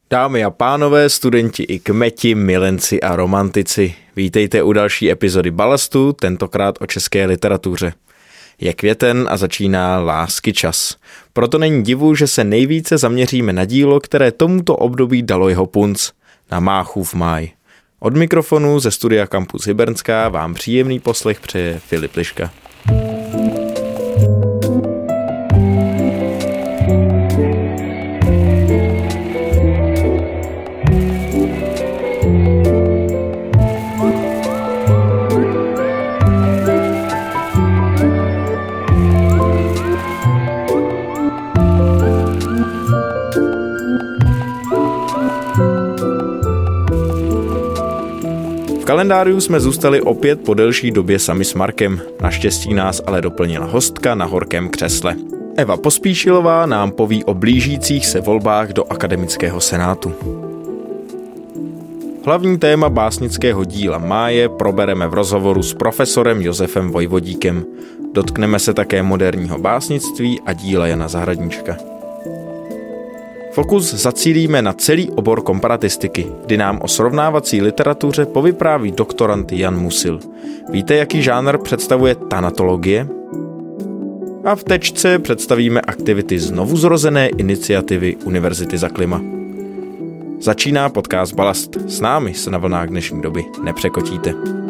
Dámy a pánové, studenti i kmeti, milenci a romantici, vítejte u další epizody Balastu, tentokrát o české literatuře. Je květen a začíná lásky čas. Proto není divu, že se nejvíce zaměříme na dílo, které tomuto období dalo jeho punc, na Máchův máj. Od mikrofonu ze studia Campus Hybernská vám příjemný poslech přeje Filip Liška. V kalendáriu jsme zůstali opět po delší době sami s Markem. Naštěstí nás ale doplnila hostka na horkém křesle. Eva Pospíšilová nám poví o blížících se volbách do akademického senátu. Hlavní téma básnického díla Máje probereme v rozhovoru s profesorem Josefem Vojvodíkem. Dotkneme se také moderního básnictví a díla Jana Zahradníčka. Fokus zacílíme na celý obor komparatistiky, kdy nám o srovnávací literatuře povypráví doktorand Jan Musil. Víte, jaký žánr představuje tanatologie? A v tečce představíme aktivity znovuzrozené iniciativy Univerzity za klima. Začíná podcast Balast. S námi se na vlnách dnešní doby nepřekotíte.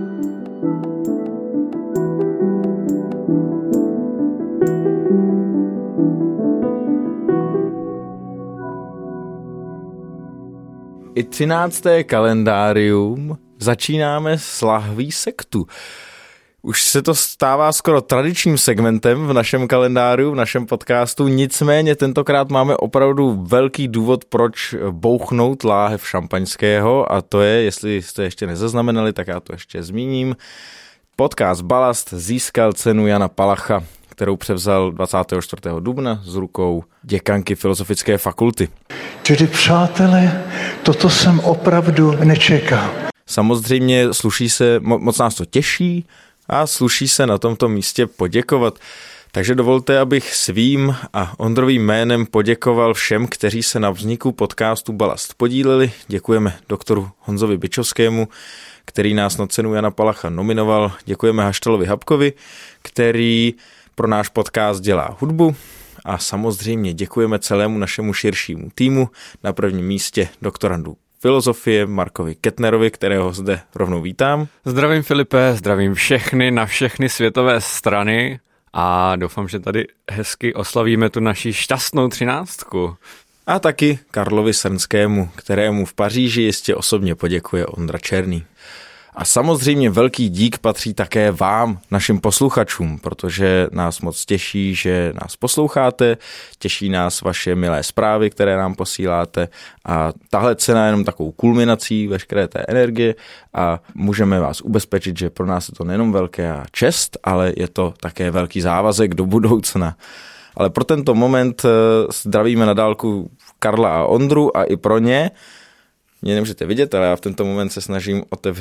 I 13. kalendárium začínáme s lahví sektu. Už se to stává skoro tradičním segmentem v našem kalendáriu, v našem podcastu, nicméně tentokrát máme opravdu velký důvod, proč bouchnout láhev šampaňského, a to je, jestli jste ještě nezaznamenali, tak já to ještě zmíním. Podcast Balast získal cenu Jana Palacha, kterou převzal 24. dubna z rukou děkanky Filozofické fakulty. Tedy přátelé, toto jsem opravdu nečekal. Samozřejmě sluší se, moc nás to těší a sluší se na tomto místě poděkovat. Takže dovolte, abych svým a Ondrovým jménem poděkoval všem, kteří se na vzniku podcastu Balast podíleli. Děkujeme doktoru Honzovi Bičovskému, který nás na cenu Jana Palacha nominoval. Děkujeme Haštalovi Habkovi, který pro náš podcast dělá hudbu. A samozřejmě děkujeme celému našemu širšímu týmu, na prvním místě doktorandu filozofie Markovi Kettnerovi, kterého zde rovnou vítám. Zdravím Filipe, zdravím všechny na všechny světové strany a doufám, že tady hezky oslavíme tu naši šťastnou 13. A taky Karlovi Srnskému, kterému v Paříži jistě osobně poděkuje Ondra Černý. A samozřejmě velký dík patří také vám, našim posluchačům, protože nás moc těší, že nás posloucháte, těší nás vaše milé zprávy, které nám posíláte, a tahle cena je jenom takovou kulminací veškeré té energie a můžeme vás ubezpečit, že pro nás je to nejenom velká čest, ale je to také velký závazek do budoucna. Ale pro tento moment zdravíme na dálku Karla a Ondru a i pro ně. Mě nemůžete vidět, ale já v tento moment se snažím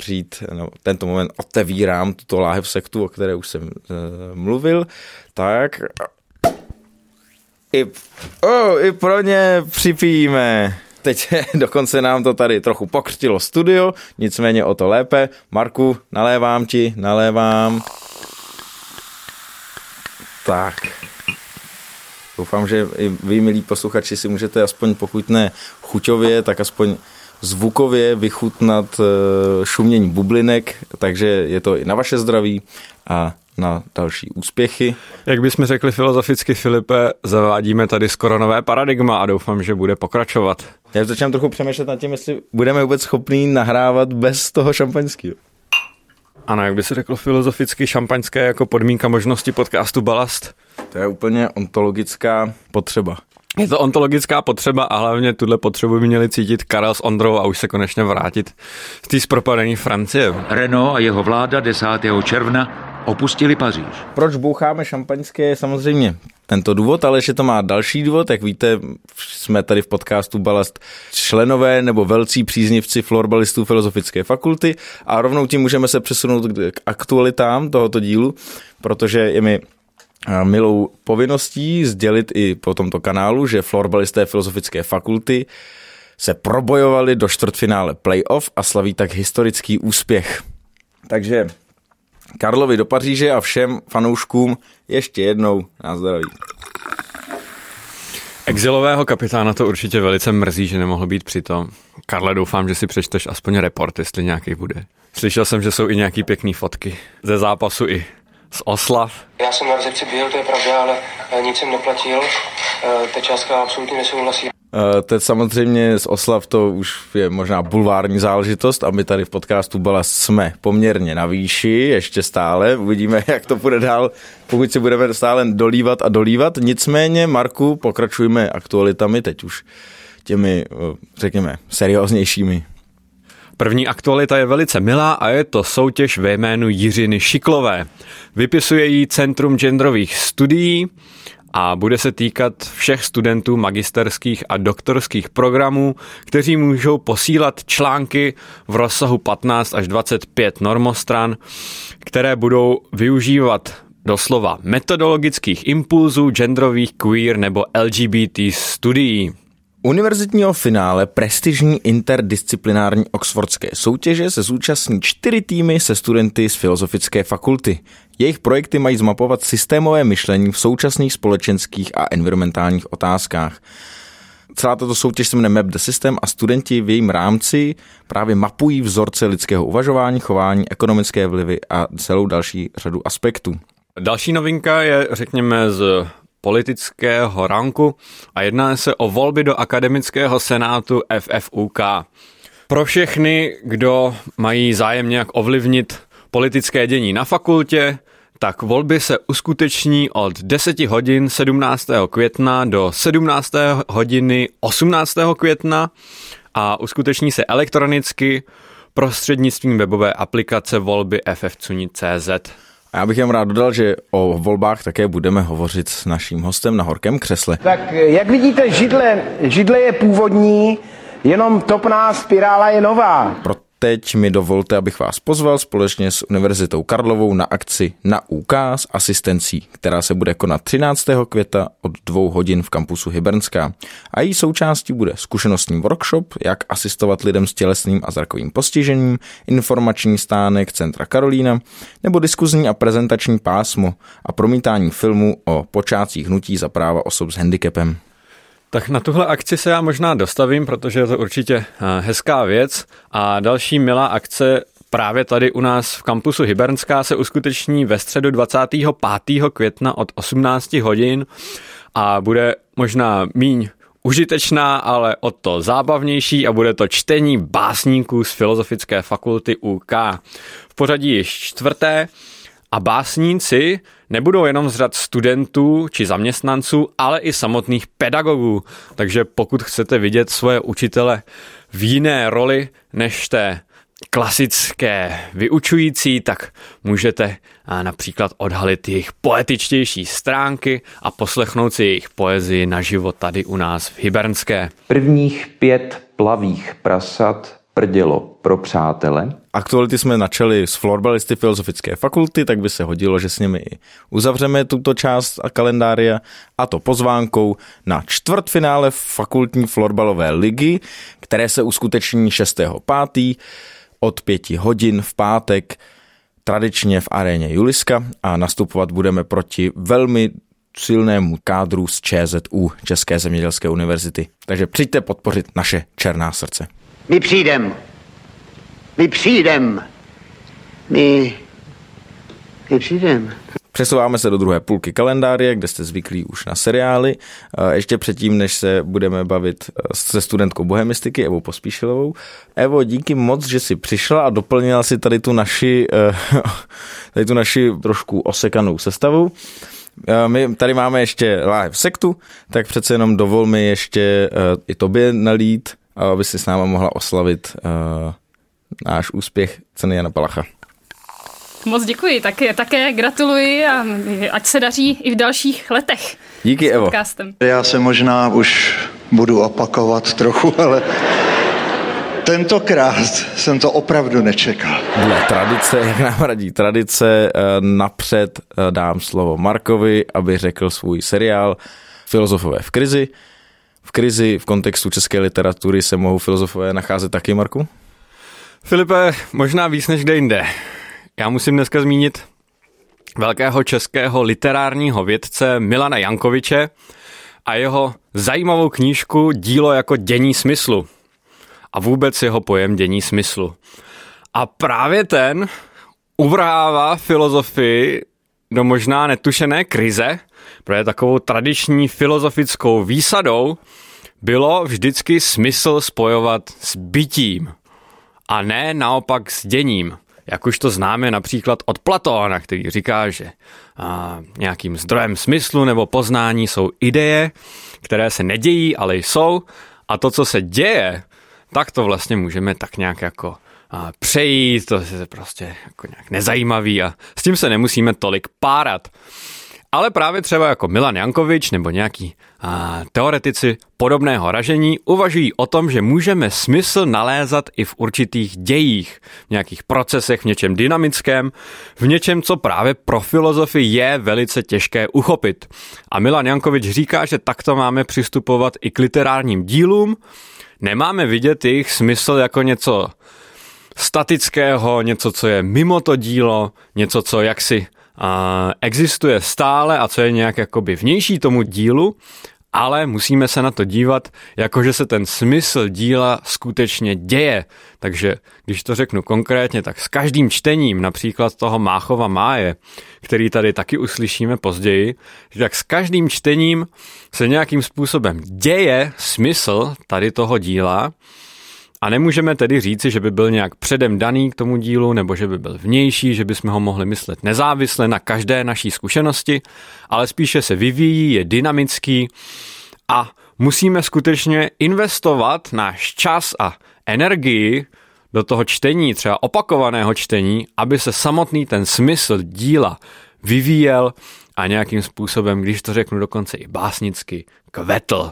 tento moment otevírám tuto láhev sektu, o které už jsem mluvil. Tak i pro ně připijíme. Teď dokonce nám to tady trochu pokřtilo studio, nicméně o to lépe. Marku, nalévám. Tak. Doufám, že i vy, milí posluchači, si můžete aspoň, pokud ne chuťově, tak aspoň zvukově vychutnat šumění bublinek, takže je to i na vaše zdraví a na další úspěchy. Jak bychom řekli filozoficky, Filipe, zavádíme tady skoro nové paradigma a doufám, že bude pokračovat. Já začínám trochu přemýšlet nad tím, jestli budeme vůbec schopní nahrávat bez toho šampaňského. Ano, jak by se řeklo filozoficky, šampaňské jako podmínka možnosti podcastu Balast? To je úplně ontologická potřeba. Je to ontologická potřeba a hlavně tuhle potřebu by měli cítit Karel s Ondrou a už se konečně vrátit z té zpropadené Francie. Renault a jeho vláda 10. června opustili Paříž. Proč boucháme šampaňské, je samozřejmě tento důvod, ale že to má další důvod. Jak víte, jsme tady v podcastu Balast členové nebo velcí příznivci florbalistů Filozofické fakulty a rovnou tím můžeme se přesunout k aktualitám tohoto dílu, protože je mi milou povinností sdělit i po tomto kanálu, že florbalisté Filozofické fakulty se probojovali do čtvrtfinále playoff a slaví tak historický úspěch. Takže Karlovi do Paříže a všem fanouškům ještě jednou na zdraví. Exilového kapitána to určitě velice mrzí, že nemohl být přitom. Karle, doufám, že si přečteš aspoň report, jestli nějaký bude. Slyšel jsem, že jsou i nějaký pěkný fotky ze zápasu i z oslav. Já jsem na recepci byl, to je pravda, ale nic jsem neplatil. Ta částka absolutně nesouhlasí. Teď samozřejmě z oslav to už je možná bulvární záležitost a my tady v podcastu Balast jsme poměrně na výši, ještě stále. Uvidíme, jak to bude dál, pokud si budeme stále dolívat. Nicméně, Marku, pokračujeme aktualitami, teď už těmi, řekněme, serióznějšími. První aktualita je velice milá a je to soutěž ve jménu Jiřiny Šiklové. Vypisuje ji Centrum genderových studií a bude se týkat všech studentů magisterských a doktorských programů, kteří můžou posílat články v rozsahu 15 až 25 normostran, které budou využívat doslova metodologických impulzů genderových, queer nebo LGBT studií. Univerzitního finále prestižní interdisciplinární oxfordské soutěže se zúčastní 4 týmy se studenty z Filozofické fakulty. Jejich projekty mají zmapovat systémové myšlení v současných společenských a environmentálních otázkách. Celá tato soutěž se jmenuje Map the System a studenti v jejím rámci právě mapují vzorce lidského uvažování, chování, ekonomické vlivy a celou další řadu aspektů. Další novinka je, řekněme, z politického ranku a jedná se o volby do akademického senátu FFUK. Pro všechny, kdo mají zájem nějak ovlivnit politické dění na fakultě, tak volby se uskuteční od 10 hodin 17. května do 17. hodiny 18. května a uskuteční se elektronicky prostřednictvím webové aplikace volby ff.cz. A já bych jen rád dodal, že o volbách také budeme hovořit s naším hostem na horkém křesle. Tak jak vidíte, židle je původní, jenom topná spirála je nová. Teď mi dovolte, abych vás pozval společně s Univerzitou Karlovou na akci Na UK s asistencí, která se bude konat 13. května od 2 hodin v kampusu Hybernská. A její součástí bude zkušenostní workshop, jak asistovat lidem s tělesným a zrakovým postižením, informační stánek Centra Karolína nebo diskuzní a prezentační pásmo a promítání filmu o počátcích hnutí za práva osob s handicapem. Tak na tuhle akci se já možná dostavím, protože je to určitě hezká věc a další milá akce právě tady u nás v kampusu Hybernská se uskuteční ve středu 25. května od 18 hodin a bude možná míň užitečná, ale o to zábavnější a bude to čtení básníků z Filozofické fakulty UK. V pořadí již 4. a básníci nebudou jenom z řad studentů či zaměstnanců, ale i samotných pedagogů. Takže pokud chcete vidět svoje učitele v jiné roli než té klasické vyučující, tak můžete například odhalit jejich poetičtější stránky a poslechnout si jejich poezii naživo tady u nás v Hybernské. Prvních 5 plavých prasat prdělo pro přátele. Aktuality jsme načali s florbalisty Filozofické fakulty, tak by se hodilo, že s nimi i uzavřeme tuto část kalendária a to pozvánkou na čtvrtfinále fakultní florbalové ligy, které se uskuteční 6.5. od 5 hodin v pátek tradičně v aréně Juliska a nastupovat budeme proti velmi silnému kádru z ČZU, České zemědělské univerzity. Takže přijďte podpořit naše černá srdce. My přijdem. Přesouváme se do druhé půlky kalendáře, kde jste zvyklí už na seriály. Ještě předtím, než se budeme bavit se studentkou bohemistiky Evou Pospíšilovou. Evo, díky moc, že jsi přišla a doplnila si tady tu naši trošku osekanou sestavu. My tady máme ještě live sektu, tak přece jenom dovol mi ještě i tobě nalít, aby si s náma mohla oslavit náš úspěch ceny Jana Palacha. Moc děkuji, také gratuluji a ať se daří i v dalších letech. Díky, Evo. Podcastem. Já se možná už budu opakovat trochu, ale tentokrát jsem to opravdu nečekal. Dle tradice, jak nám radí tradice, napřed dám slovo Markovi, aby řekl svůj seriál Filozofové v krizi. v krizi v kontextu české literatury se mohou filozofové nacházet taky, Marku? Filipe, možná víc než kde jinde. Já musím dneska zmínit velkého českého literárního vědce Milana Jankoviče a jeho zajímavou knížku Dílo jako dění smyslu a vůbec jeho pojem dění smyslu. A právě ten uvrhává filozofii do možná netušené krize, protože takovou tradiční filozofickou výsadou bylo vždycky smysl spojovat s bytím a ne naopak s děním. Jak už to známe například od Platóna, který říká, že nějakým zdrojem smyslu nebo poznání jsou ideje, které se nedějí, ale jsou, a to, co se děje, tak to vlastně můžeme tak nějak jako přejít, to je prostě jako nějak nezajímavý a s tím se nemusíme tolik párat. Ale právě třeba jako Milan Jankovič nebo nějaký teoretici podobného ražení uvažují o tom, že můžeme smysl nalézat i v určitých dějích, v nějakých procesech, v něčem dynamickém, v něčem, co právě pro filozofii je velice těžké uchopit. A Milan Jankovič říká, že takto máme přistupovat i k literárním dílům, nemáme vidět jejich smysl jako něco statického, něco, co je mimo to dílo, něco, co jaksi existuje stále a co je nějak jakoby vnější tomu dílu, ale musíme se na to dívat, jakože se ten smysl díla skutečně děje. Takže když to řeknu konkrétně, tak s každým čtením, například toho Máchova Máje, který tady taky uslyšíme později, tak s každým čtením se nějakým způsobem děje smysl tady toho díla. A nemůžeme tedy říci, že by byl nějak předem daný k tomu dílu, nebo že by byl vnější, že bychom ho mohli myslet nezávisle na každé naší zkušenosti, ale spíše se vyvíjí, je dynamický a musíme skutečně investovat náš čas a energii do toho čtení, třeba opakovaného čtení, aby se samotný ten smysl díla vyvíjel a nějakým způsobem, když to řeknu dokonce i básnicky, kvetl.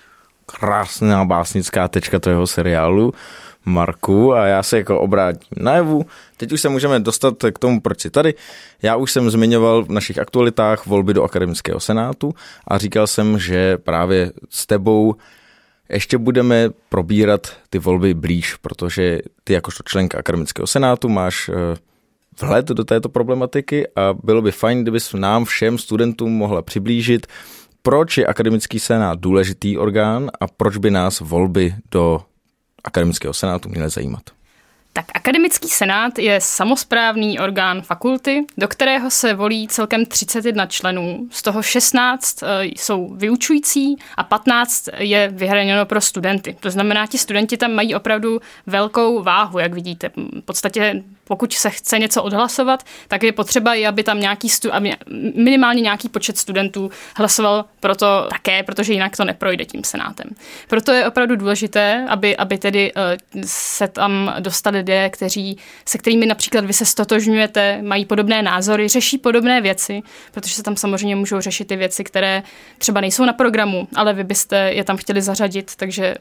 Krásná básnická tečka toho seriálu, Marku, a já se jako obrátím na Evu. Teď už se můžeme dostat k tomu, proč si tady. Já už jsem zmiňoval v našich aktualitách volby do Akademického senátu a říkal jsem, že právě s tebou ještě budeme probírat ty volby blíž, protože ty jakožto členka Akademického senátu máš vhled do této problematiky a bylo by fajn, kdybys nám všem studentům mohla přiblížit, proč je Akademický senát důležitý orgán a proč by nás volby do Akademického senátu měly zajímat? Tak Akademický senát je samosprávný orgán fakulty, do kterého se volí celkem 31 členů, z toho 16 jsou vyučující a 15 je vyhraněno pro studenty. To znamená, ti studenti tam mají opravdu velkou váhu, jak vidíte. V podstatě pokud se chce něco odhlasovat, tak je potřeba i, aby tam minimálně nějaký počet studentů hlasoval pro to také, protože jinak to neprojde tím senátem. Proto je opravdu důležité, aby tedy se tam dostali lidé, se kterými například vy se stotožňujete, mají podobné názory, řeší podobné věci, protože se tam samozřejmě můžou řešit ty věci, které třeba nejsou na programu, ale vy byste je tam chtěli zařadit, takže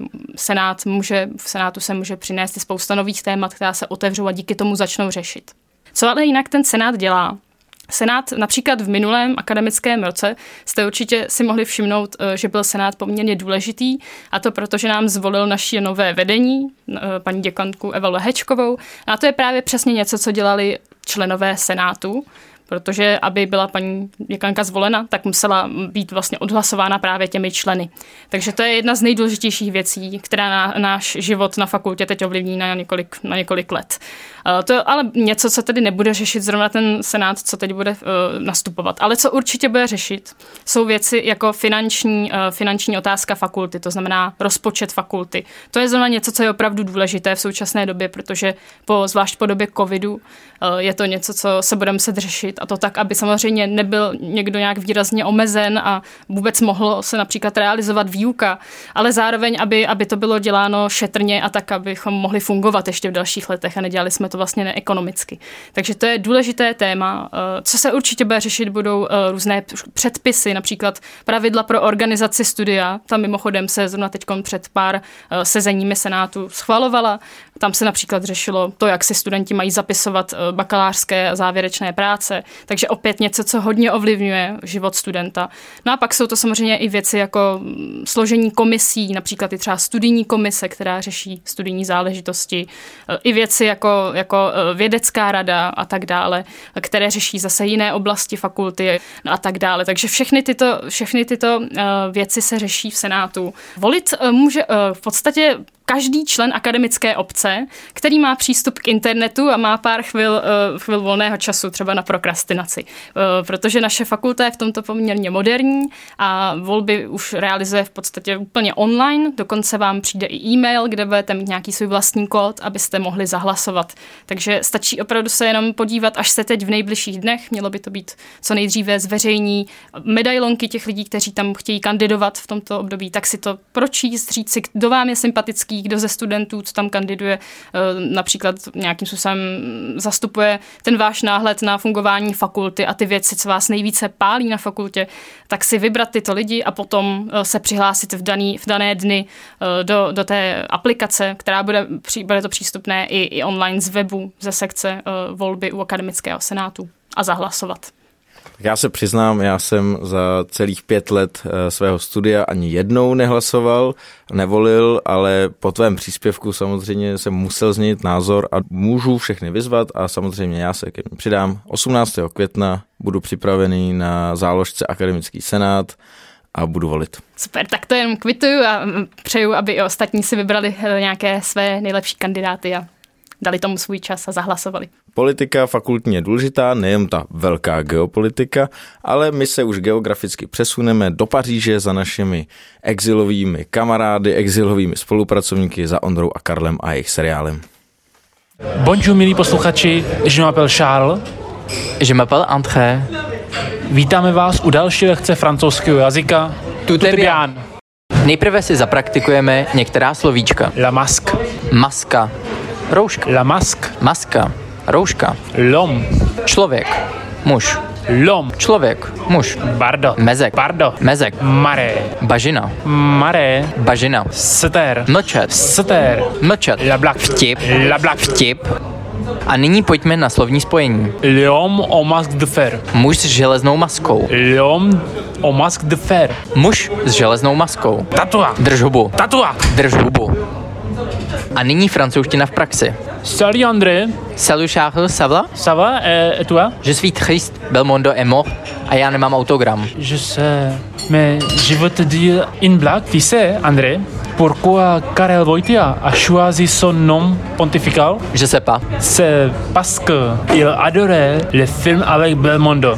v senátu se může přinést spousta nových témat, která se otevřou a díky tomu začnou řešit. Co ale jinak ten senát dělá? Senát například v minulém akademickém roce jste určitě si mohli všimnout, že byl senát poměrně důležitý, a to proto, že nám zvolil naše nové vedení, paní děkanku Evu Lehečkovou. A to je právě přesně něco, co dělali členové senátu, protože aby byla paní děkanka zvolena, tak musela být vlastně odhlasována právě těmi členy. Takže to je jedna z nejdůležitějších věcí, která náš život na fakultě teď ovlivní na několik let. To je ale něco, co tedy nebude řešit zrovna ten senát, co teď bude nastupovat. Ale co určitě bude řešit, jsou věci jako finanční otázka fakulty, to znamená rozpočet fakulty. To je zrovna něco, co je opravdu důležité v současné době, protože zvlášť po době covidu je to něco, co se bude muset řešit, a to tak, aby samozřejmě nebyl někdo nějak výrazně omezen a vůbec mohlo se například realizovat výuka, ale zároveň, aby to bylo děláno šetrně a tak, abychom mohli fungovat ještě v dalších letech a nedělali jsme to vlastně neekonomicky. Takže to je důležité téma. Co se určitě bude řešit, budou různé předpisy, například pravidla pro organizaci studia. Tam mimochodem se zrovna teď před pár sezeními senátu schvalovala. Tam se například řešilo to, jak si studenti mají zapisovat bakalářské a závěrečné práce, takže opět něco, co hodně ovlivňuje život studenta. No a pak jsou to samozřejmě i věci jako složení komisí, například i třeba studijní komise, která řeší studijní záležitosti, i věci jako vědecká rada a tak dále, které řeší zase jiné oblasti fakulty a tak dále. Takže všechny tyto věci se řeší v Senátu. Volit může v podstatě každý člen akademické obce, který má přístup k internetu a má pár chvil volného času, třeba na prokrastinaci. Protože naše fakulta je v tomto poměrně moderní a volby už realizuje v podstatě úplně online. Dokonce vám přijde i e-mail, kde budete mít nějaký svůj vlastní kód, abyste mohli zahlasovat. Takže stačí opravdu se jenom podívat, až se teď v nejbližších dnech, mělo by to být co nejdříve zveřejní medailonky těch lidí, kteří tam chtějí kandidovat v tomto období, tak si to pročíst, říct si, kdo vám je sympatický, kdo ze studentů, co tam kandiduje, například nějakým způsobem zastupuje ten váš náhled na fungování fakulty a ty věci, co vás nejvíce pálí na fakultě, tak si vybrat tyto lidi a potom se přihlásit v dané dny do té aplikace, která bude to přístupné i online z webu, ze sekce volby u akademického senátu a zahlasovat. Já se přiznám, já jsem za celých 5 let svého studia ani jednou nehlasoval, nevolil, ale po tvém příspěvku samozřejmě jsem musel změnit názor a můžu všechny vyzvat a samozřejmě já se ke mně přidám. 18. května budu připravený na záložce Akademický senát a budu volit. Super, tak to jenom kvituju a přeju, aby i ostatní si vybrali nějaké své nejlepší kandidáty a dali tomu svůj čas a zahlasovali. Politika fakultní je důležitá, nejen ta velká geopolitika, ale my se už geograficky přesuneme do Paříže za našimi exilovými kamarády, exilovými spolupracovníky, za Ondrou a Karlem a jejich seriálem. Bonjour, milí posluchači, je m'appelle Charles. Je m'appelle André. Vítáme vás u další lekce francouzského jazyka. Tout est bien. Nejprve si zapraktikujeme některá slovíčka. La masque. Maska. Rouška. La masque. Maska. Rouška. L'homme. Člověk. Muž. L'homme. Člověk. Muž. Bardo. Mezek. Bardo. Mezek. Maré. Bažina. Maré. Bažina. Seter. Mlčet. Seter. Mlčet. La blague. Vtip. La blague. Vtip. A nyní pojďme na slovní spojení. L'homme au masque de fer. Muž s železnou maskou. L'homme au masque de fer. Muž s železnou maskou. Tatua. Drž hubu. Tatua. Drž hubu. A nyní francouzština v praxi. Salut André. Salut Charles, ça va? Ça va, et toi? Je suis triste, Belmondo est mort a já nemám autogram. Je sais, mais je veux te dire une blague. Tu sais, André, pourquoi Karel Wojtyła a choisi son nom pontifical? Je sais pas. C'est parce qu'il adorait les films avec Belmondo.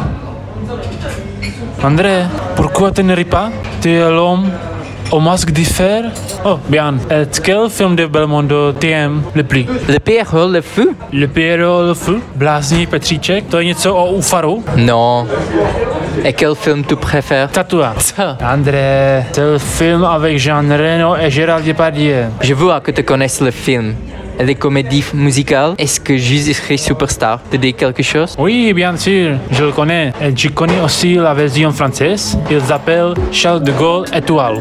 André, pourquoi tu ne ris pas? Tu es l'homme au masque de fer? Oh, bien. Et quel film de Belmondo t'aimes le plus? Le Pierrot le Fou? Le Pierrot le Fou? Blázní Petříček? To je něco o Ufaru? Non. Et quel film tu préfères? Tatua. André, c'est le film avec Jean Reno et Gérard Depardieu. Je vois que tu connais le film. Et les comédies musicales, est-ce que Jésus-Christ Superstar te dit quelque chose? Oui, bien sûr, je le connais. Et je connais aussi la version française. Il s'appelle Charles de Gaulle Étoile.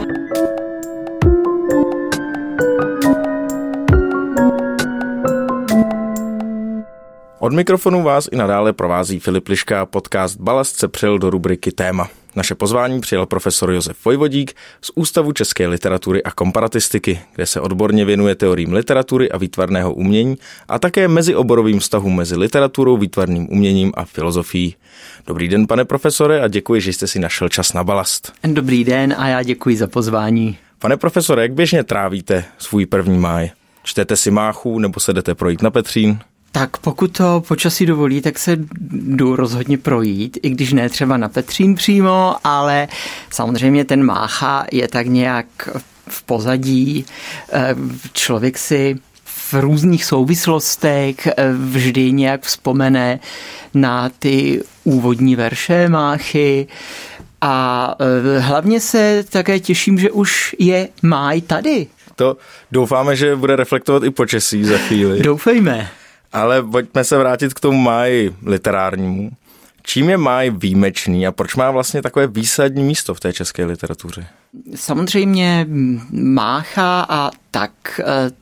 Od mikrofonu vás i nadále provází Filip Liška, podcast Balast se přijel do rubriky Téma. Naše pozvání přijal profesor Josef Vojvodík z Ústavu české literatury a komparatistiky, kde se odborně věnuje teoriím literatury a výtvarného umění a také mezioborovým vztahům mezi literaturou, výtvarným uměním a filozofií. Dobrý den, pane profesore, a děkuji, že jste si našel čas na Balast. Dobrý den a já děkuji za pozvání. Pane profesore, jak běžně trávíte svůj 1. máj? Čtete si máchu nebo se jdete projít na Petřín? Tak pokud to počasí dovolí, tak se jdu rozhodně projít, i když ne třeba na Petřín přímo, ale samozřejmě ten mácha je tak nějak v pozadí. Člověk si v různých souvislostech vždy nějak vzpomene na ty úvodní verše máchy a hlavně se také těším, že už je máj tady. To doufáme, že bude reflektovat i počasí za chvíli. Doufejme. Ale pojďme se vrátit k tomu máji literárnímu. Čím je máj výjimečný a proč má vlastně takové výsadní místo v té české literatuře? Samozřejmě mácha a tak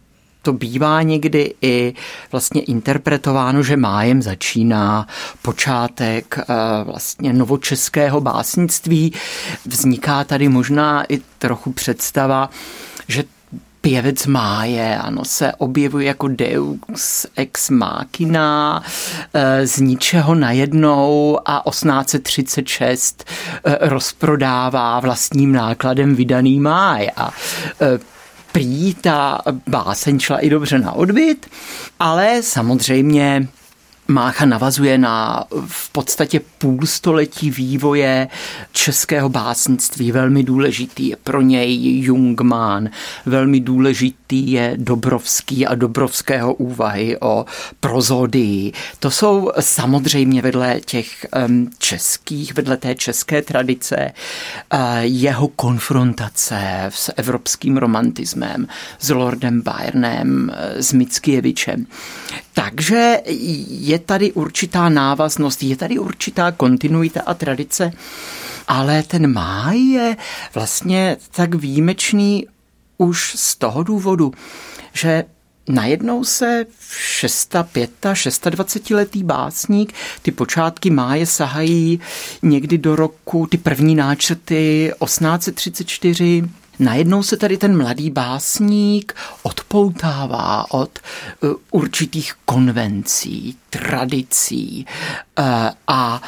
to bývá někdy i vlastně interpretováno, že májem začíná počátek vlastně novočeského básnictví. Vzniká tady možná i trochu představa, že pěvec máje, ano, se objevuje jako deus ex machina z ničeho najednou a 1836 rozprodává vlastním nákladem vydaný máj a prý ta báseň šla i dobře na odbyt, ale samozřejmě Mácha navazuje na v podstatě půlstoletí vývoje českého básnictví. Velmi důležitý je pro něj Jungmann, velmi důležitý je Dobrovský a Dobrovského úvahy o prozodii. To jsou samozřejmě vedle těch českých, vedle té české tradice jeho konfrontace s evropským romantismem, s Lordem Byronem, s Mickiewiczem. Takže je tady určitá návaznost, je tady určitá kontinuita a tradice, ale ten máj je vlastně tak výjimečný už z toho důvodu, že najednou se 26letý básník, ty počátky máje sahají někdy do roku, ty první náčrty 1834, najednou se tady ten mladý básník odpoutává od určitých konvencí, tradicí a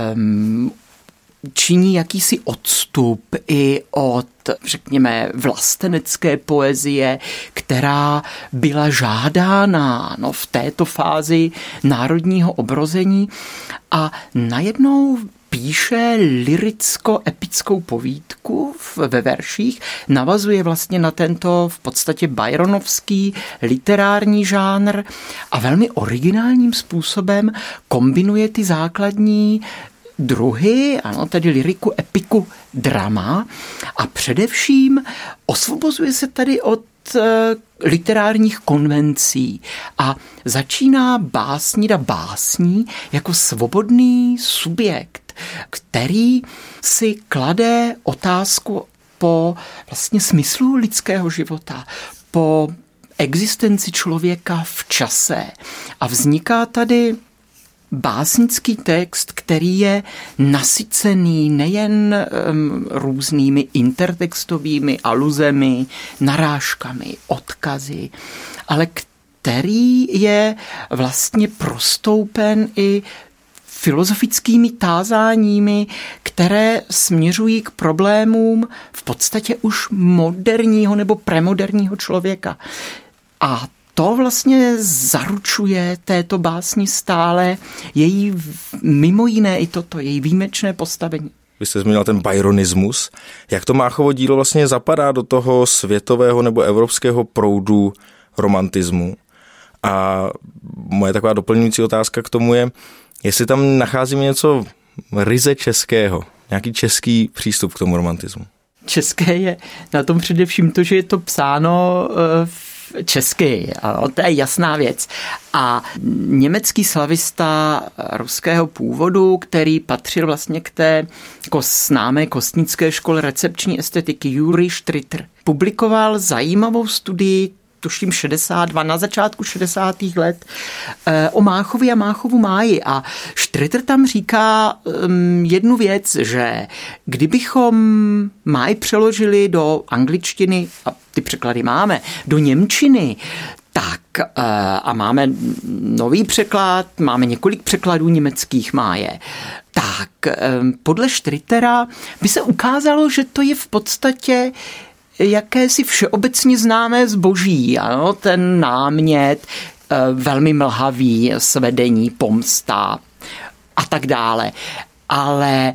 činí jakýsi odstup i od, řekněme, vlastenecké poezie, která byla žádána v této fázi národního obrození a najednou píše liricko-epickou povídku ve verších, navazuje vlastně na tento v podstatě byronovský literární žánr a velmi originálním způsobem kombinuje ty základní druhy, ano, tedy lyriku, epiku, drama a především osvobozuje se tady od literárních konvencí a začíná básnit a básní jako svobodný subjekt, který si klade otázku po vlastně smyslu lidského života, po existenci člověka v čase. A vzniká tady básnický text, který je nasycený nejen různými intertextovými aluzemi, narážkami, odkazy, ale který je vlastně prostoupen i filozofickými tázáními, které směřují k problémům v podstatě už moderního nebo premoderního člověka. A to vlastně zaručuje této básni stále její mimo jiné i toto, její výjimečné postavení. Vy jste zmínil ten byronismus. Jak to Máchovo dílo vlastně zapadá do toho světového nebo evropského proudu romantismu? A moje taková doplňující otázka k tomu je, jestli tam nacházíme něco ryze českého, nějaký český přístup k tomu romantismu. České je na tom především to, že je to psáno česky, to je jasná věc. A německý slavista ruského původu, který patřil vlastně k té známé kostnické škole recepční estetiky, Juri Stritter, publikoval zajímavou studii, tuším 62, na začátku 60. let, o Máchovi a Máchovu máji. A Stritter tam říká jednu věc, že kdybychom máj přeložili do angličtiny, a ty překlady máme, do němčiny, tak a máme nový překlad, máme několik překladů německých máje, tak podle Strittera by se ukázalo, že to je v podstatě jakési všeobecně známé zboží, ano, ten námět, velmi mlhavý, svedení, pomsta a tak dále. Ale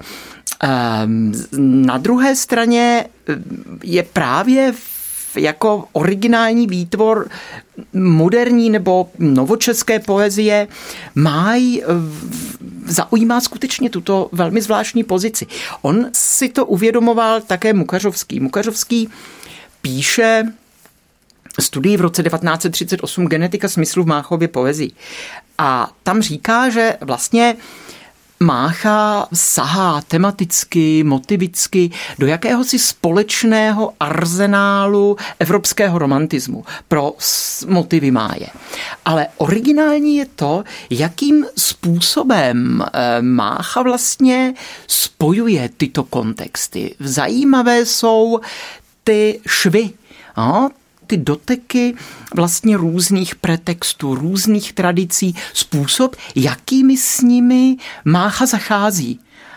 na druhé straně je právě jako originální výtvor moderní nebo novočeské poezie máj zaujímá skutečně tuto velmi zvláštní pozici. On si to uvědomoval také Mukařovský. Mukařovský píše studii v roce 1938 Genetika smyslu v Máchově poezii. A tam říká, že vlastně Mácha sahá tematicky, motivicky do jakéhosi společného arzenálu evropského romantismu pro motivy máje. Ale originální je to, jakým způsobem Mácha vlastně spojuje tyto kontexty. Zajímavé jsou ty švy, ty doteky vlastně různých pretextů, různých tradicí, způsob, jakými s nimi Mácha zachází.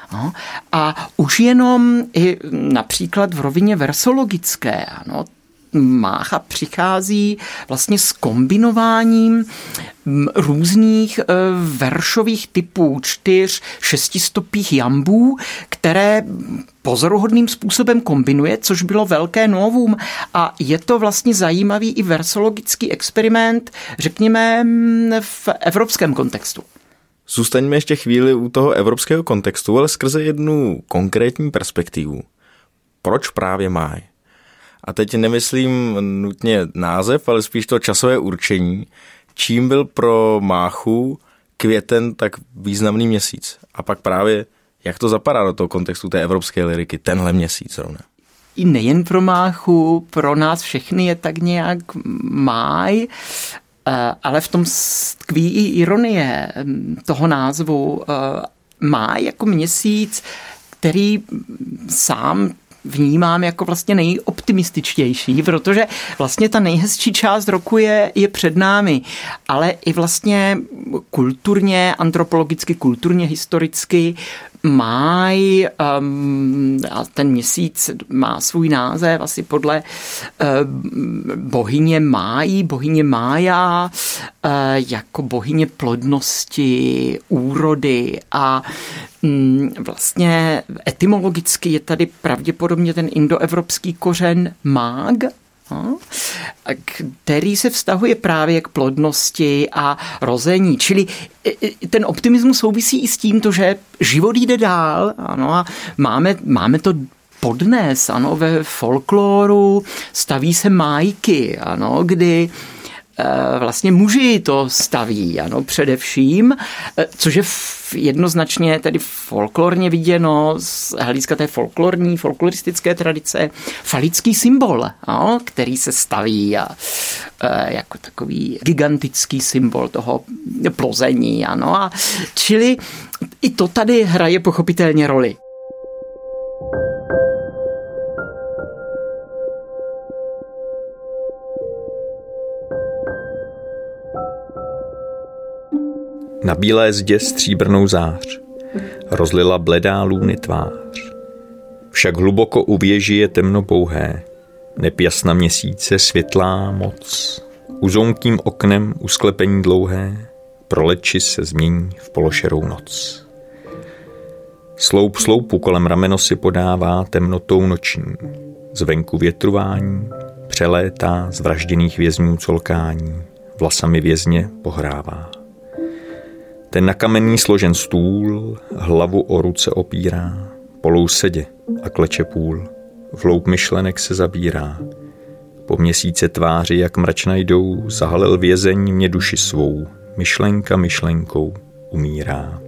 A už jenom i například v rovině versologické, Mácha přichází vlastně s kombinováním různých veršových typů, 4, 6stopých jambů, které pozoruhodným způsobem kombinuje, což bylo velké novum. A je to vlastně zajímavý i versologický experiment, řekněme, v evropském kontextu. Zůstaňme ještě chvíli u toho evropského kontextu, ale skrze jednu konkrétní perspektivu. Proč právě máj? A teď nemyslím nutně název, ale spíš to časové určení, čím byl pro Máchu květen tak významný měsíc. A pak právě, jak to zapadá do toho kontextu té evropské lyriky, tenhle měsíc zrovna. I nejen pro Máchu, pro nás všechny je tak nějak máj, ale v tom tkví i ironie toho názvu. Máj jako měsíc, který sám vnímám jako vlastně nejoptimističtější, protože vlastně ta nejhezčí část roku je před námi, ale i vlastně kulturně, antropologicky, kulturně, historicky máj a ten měsíc má svůj název asi podle bohyně Máji, bohyně Mája, jako bohyně plodnosti, úrody a vlastně etymologicky je tady pravděpodobně ten indoevropský kořen mág, který se vztahuje právě k plodnosti a rození. Čili ten optimismus souvisí i s tímto, že život jde dál, ano, a máme to podnes, ano, ve folkloru staví se májky, ano, kdy vlastně muži to staví, ano, především, což je jednoznačně tedy folklorně viděno z hlediska té folkloristické tradice falický symbol, ano, který se staví jako takový gigantický symbol toho plození, ano, a čili i to tady hraje pochopitelně roli. Na bílé zdě stříbrnou zář rozlila bledá lůny tvář. Však hluboko u věži je temno pouhé, neb jasna měsíce světlá moc. Uzounkým oknem u sklepení dlouhé proleči se změní v pološerou noc. Sloup sloupu kolem rameno si podává temnotou noční. Zvenku větruvání přelétá z vražděných vězňů colkání, vlasami vězně pohrává. Ten na kamenný složen stůl hlavu o ruce opírá, polou sedě a kleče půl, v hloub myšlenek se zabírá. Po měsíce tváři, jak mračna jdou, zahalil vězeň mě duši svou, myšlenka myšlenkou umírá.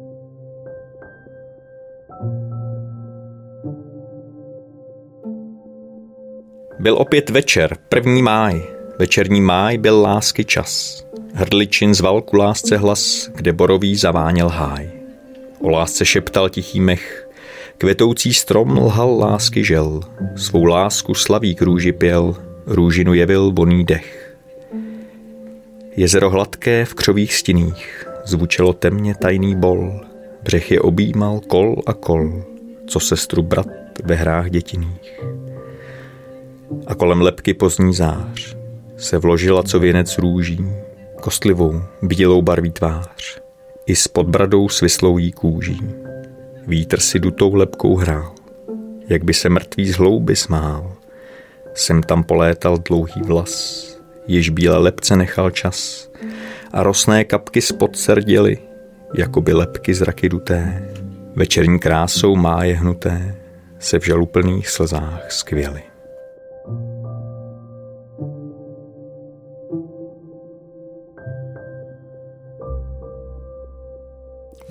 Byl opět večer, 1. máj, večerní máj byl lásky čas. Hrdličin zval ku lásce hlas, kde borový zaváněl háj. O lásce šeptal tichý mech, kvetoucí strom lhal lásky žel. Svou lásku slavík růži pěl, růžinu jevil vonný dech. Jezero hladké v křových stiných, zvučelo temně tajný bol. Břeh je objímal kol a kol, co sestru brat ve hrách dětinných. A kolem lebky pozdní zář se vložila co věnec růží, kostlivou, bílou barví tvář, i s podbradou svislou jí kůží. Vítr si dutou lebkou hrál, jak by se mrtvý z hlouby smál. Sem tam polétal dlouhý vlas, jež bílé lebce nechal čas, a rosné kapky spod serděly, jako by lebky zraky duté. Večerní krásou máje hnuté se v žaluplných slzách skvěly.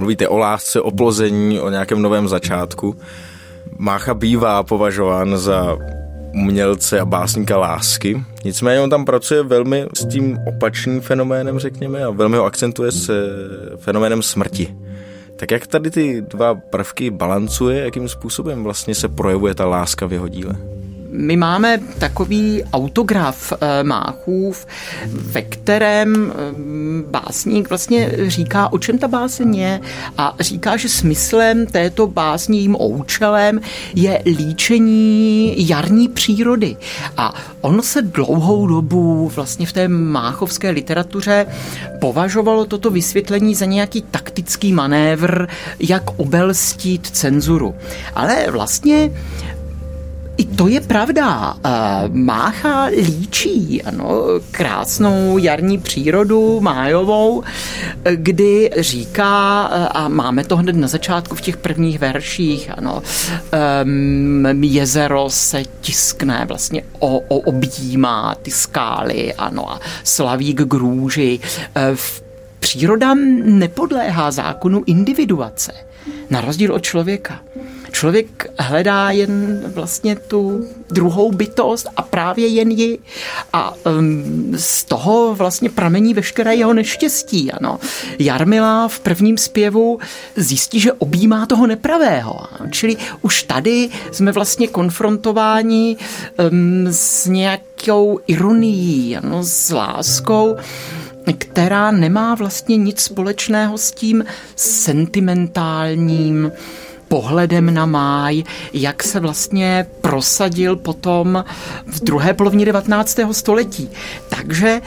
mluvíte o lásce, o plození, o nějakém novém začátku. Mácha bývá považován za umělce a básníka lásky. Nicméně on tam pracuje velmi s tím opačným fenoménem, řekněme, a velmi ho akcentuje s fenoménem smrti. Tak jak tady ty dva prvky balancuje, jakým způsobem vlastně se projevuje ta láska v jeho díle? My máme takový autograf Máchův, ve kterém básník vlastně říká, o čem ta báseň je, a říká, že smyslem této básně, jím účelem je líčení jarní přírody. A ono se dlouhou dobu vlastně v té máchovské literatuře považovalo toto vysvětlení za nějaký taktický manévr, jak obelstít cenzuru. Ale vlastně i to je pravda. Mácha líčí krásnou jarní přírodu májovou, kdy říká, a máme to hned na začátku v těch prvních verších, jezero se tiskne, vlastně objímá ty skály, a slavík k růži. Příroda nepodléhá zákonu individuace, na rozdíl od člověka. Člověk hledá jen vlastně tu druhou bytost a právě jen ji. A z toho vlastně pramení veškeré jeho neštěstí. Ano. Jarmila v prvním zpěvu zjistí, že objímá toho nepravého. Čili už tady jsme vlastně konfrontováni s nějakou ironií, s láskou, která nemá vlastně nic společného s tím sentimentálním pohledem na máj, jak se vlastně prosadil potom v druhé polovině 19. století. Takže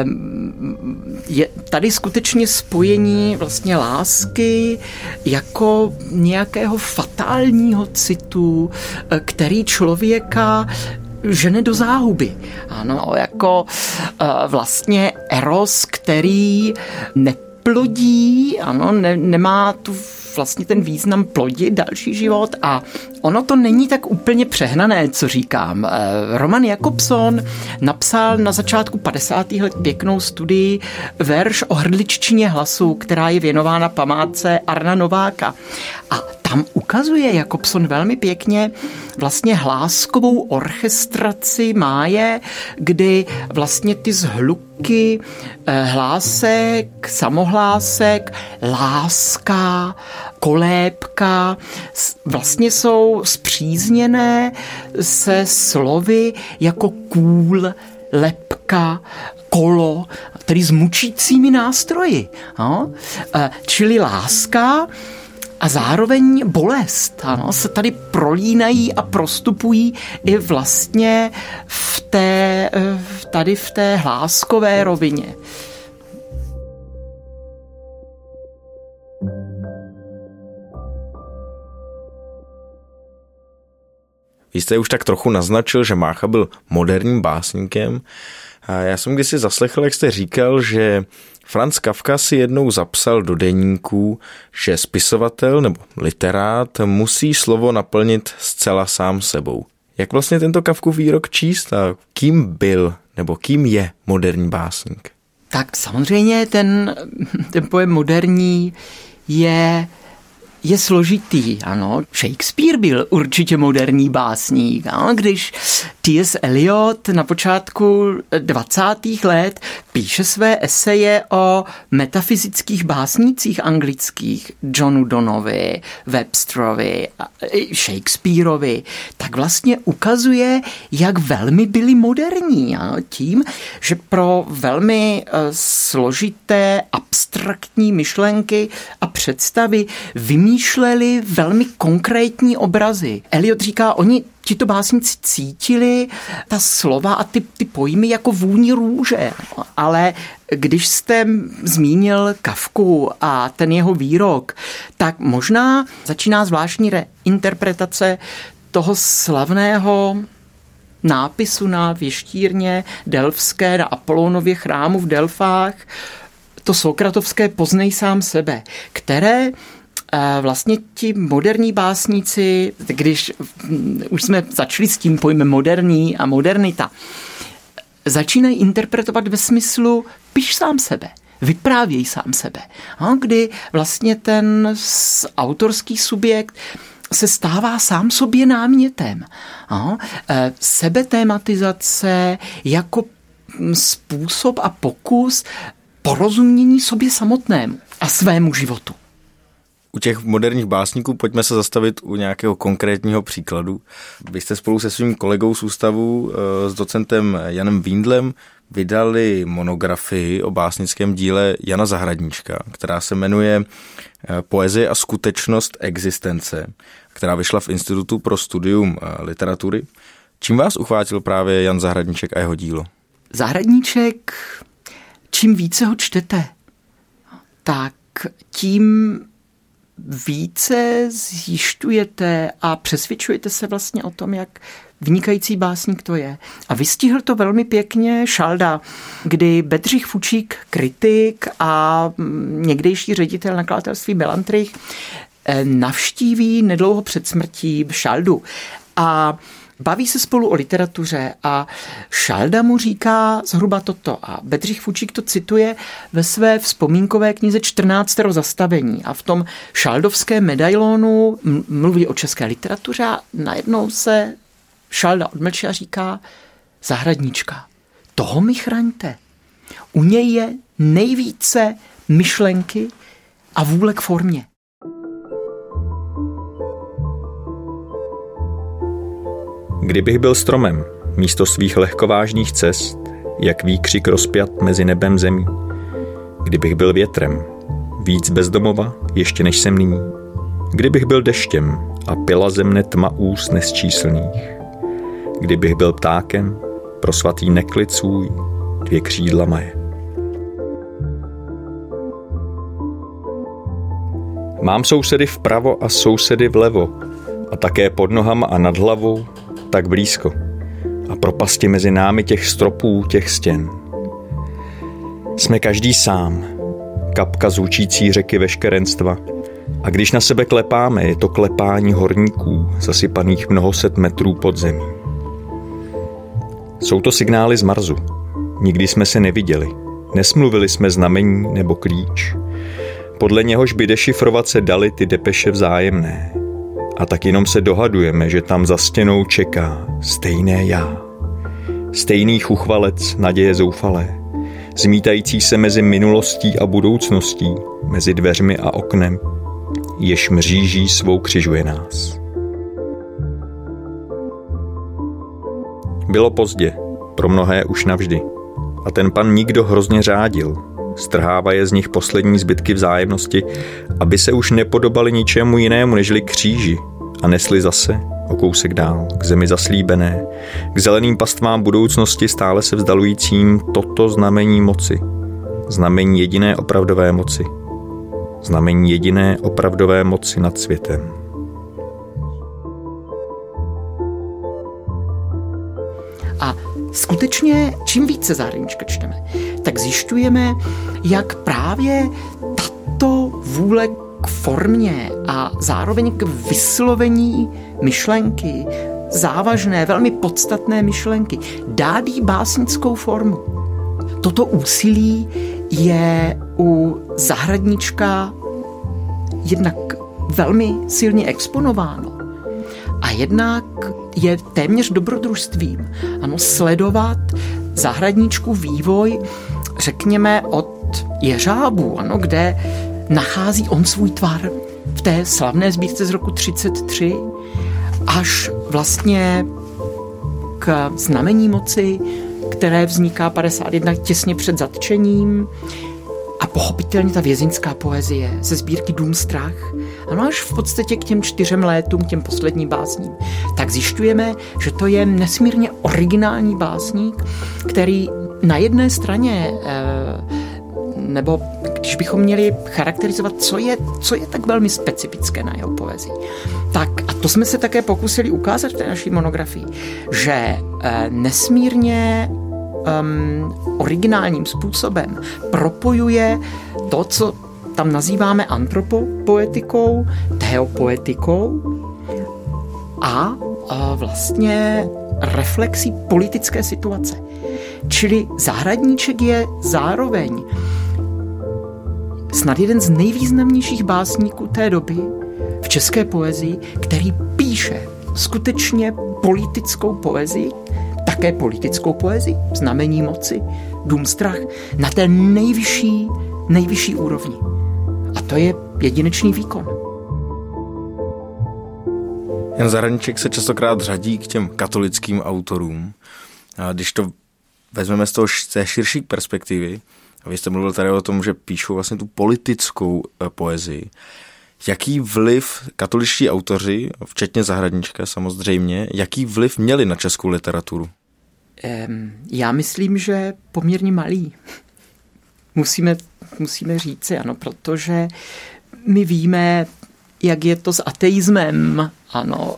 je tady skutečně spojení vlastně lásky jako nějakého fatálního citu, který člověka žene do záhuby. Ano, jako vlastně eros, který neplodí, nemá tu vlastně ten význam plodit další život, a ono to není tak úplně přehnané, co říkám. Roman Jakobson napsal na začátku 50. let pěknou studii verš o hrdliččině hlasu, která je věnována památce Arna Nováka. A tam ukazuje Jakobson velmi pěkně vlastně hláskovou orchestraci máje, kdy vlastně ty zhluky hlásek, samohlásek, láska, kolébka vlastně jsou spřízněné se slovy jako kůl, lepka, kolo, tedy s mučícími nástroji. No? Čili láska a zároveň bolest, se tady prolínají a prostupují i vlastně tady v té hláskové rovině. Vy jste už tak trochu naznačil, že Mácha byl moderním básníkem. A já jsem kdysi zaslechl, jak jste říkal, že Franz Kafka si jednou zapsal do deníků, že spisovatel nebo literát musí slovo naplnit zcela sám sebou. Jak vlastně tento Kafkův výrok číst a kým byl nebo kým je moderní básník? Tak samozřejmě ten pojem moderní je složitý, ano. Shakespeare byl určitě moderní básník, ano? Když T.S. Eliot na počátku 20. let píše své eseje o metafyzických básnících anglických, Johnu Donnovi, Websterovi, Shakespeareovi, tak vlastně ukazuje, jak velmi byli moderní, ano? Tím, že pro velmi složité, abstraktní myšlenky a představy vymýšleli velmi konkrétní obrazy. Eliot říká, tito básníci cítili ta slova a ty pojmy jako vůni růže. Ale když jste zmínil Kafku a ten jeho výrok, tak možná začíná zvláštní reinterpretace toho slavného nápisu na věštírně delfské, na Apolonově chrámu v Delfách, to sokratovské Poznej sám sebe, které vlastně ti moderní básníci, když už jsme začali s tím pojmem moderní a modernita, začínají interpretovat ve smyslu piš sám sebe, vyprávějí sám sebe. Kdy vlastně ten autorský subjekt se stává sám sobě námětem. Sebetématizace jako způsob a pokus porozumění sobě samotnému a svému životu. U těch moderních básníků pojďme se zastavit u nějakého konkrétního příkladu. Vy jste spolu se svým kolegou z ústavu, s docentem Janem Víndlem, vydali monografii o básnickém díle Jana Zahradníčka, která se jmenuje Poezie a skutečnost existence, která vyšla v Institutu pro studium literatury. Čím vás uchvátil právě Jan Zahradníček a jeho dílo? Zahradníček, čím více ho čtete, tak tím více zjišťujete a přesvědčujete se vlastně o tom, jak vynikající básník to je. A vystihl to velmi pěkně Šalda, kdy Bedřich Fučík, kritik a někdejší ředitel nakladatelství Belantrich, navštíví nedlouho před smrtí Šaldu a baví se spolu o literatuře a Šalda mu říká zhruba toto a Bedřich Fučík to cituje ve své vzpomínkové knize 14. zastavení a v tom šaldovském medailonu mluví o české literatuře a najednou se Šalda odmlčí a říká: Zahradníčka, toho mi chraňte. U něj je nejvíce myšlenky a vůle k formě. Kdybych byl stromem, místo svých lehkovážných cest, jak výkřik rozpjat mezi nebem zemí. Kdybych byl větrem, víc bezdomova, ještě než jsem nyní. Kdybych byl deštěm a pila ze mne tma úst nesčíslných. Kdybych byl ptákem, pro svatý neklid svůj 2 křídla maje. Mám sousedy vpravo a sousedy vlevo a také pod nohama a nad hlavou tak blízko a propasti mezi námi těch stropů, těch stěn. Jsme každý sám, kapka zvučící řeky veškerenstva a když na sebe klepáme, je to klepání horníků zasypaných mnoho set metrů pod zemí. Jsou to signály z Marsu. Nikdy jsme se neviděli. Nesmluvili jsme znamení nebo klíč. Podle něhož by dešifrovat se dali ty depeše vzájemné. A tak jenom se dohadujeme, že tam za stěnou čeká stejné já. Stejný chuchvalec naděje zoufalé, zmítající se mezi minulostí a budoucností, mezi dveřmi a oknem, jež mříží svou křižuje nás. Bylo pozdě, pro mnohé už navždy. A ten pan nikdo hrozně řádil. Strhávaje z nich poslední zbytky vzájemnosti, aby se už nepodobali ničemu jinému nežli kříži a nesli zase o kousek dál k zemi zaslíbené, k zeleným pastvám budoucnosti stále se vzdalujícím toto znamení moci. Znamení jediné opravdové moci. Znamení jediné opravdové moci nad světem. A skutečně, čím více Zahradníčka čteme, tak zjišťujeme, jak právě tato vůle k formě a zároveň k vyslovení myšlenky, závažné, velmi podstatné myšlenky, dádí básnickou formu. Toto úsilí je u Zahradníčka jednak velmi silně exponováno a jednak je téměř dobrodružstvím. Ano, sledovat Zahradníčkův vývoj, řekněme, od jeřábů, ano, kde nachází on svůj tvar v té slavné sbírce z roku 1933, až vlastně k znamení moci, které vzniká 51 těsně před zatčením, a pochopitelně ta vězeňská poezie ze sbírky Dům strach. Ano, až v podstatě k těm 4 létům, k těm posledním básním, tak zjišťujeme, že to je nesmírně originální básník, který na jedné straně, nebo když bychom měli charakterizovat, co je tak velmi specifické na jeho poezii, tak, a to jsme se také pokusili ukázat v té naší monografii, že nesmírně originálním způsobem propojuje to, co tam nazýváme antropopoetikou, teopoetikou a vlastně reflexí politické situace. Čili Zahradníček je zároveň snad jeden z nejvýznamnějších básníků té doby v české poezii, který píše skutečně politickou poezii, také politickou poezii, Znamení moci, Dům strach, na té nejvyšší úrovni. A to je jedinečný výkon. Jan Zahradníček se častokrát řadí k těm katolickým autorům. A když to vezmeme z té širší perspektivy, a vy jste mluvil tady o tom, že píšou vlastně tu politickou poezii, jaký vliv katoličtí autoři, včetně Zahradníčka samozřejmě, jaký vliv měli na českou literaturu? Já myslím, že poměrně malý. Musíme říci, ano, protože my víme, jak je to s ateismem, ano,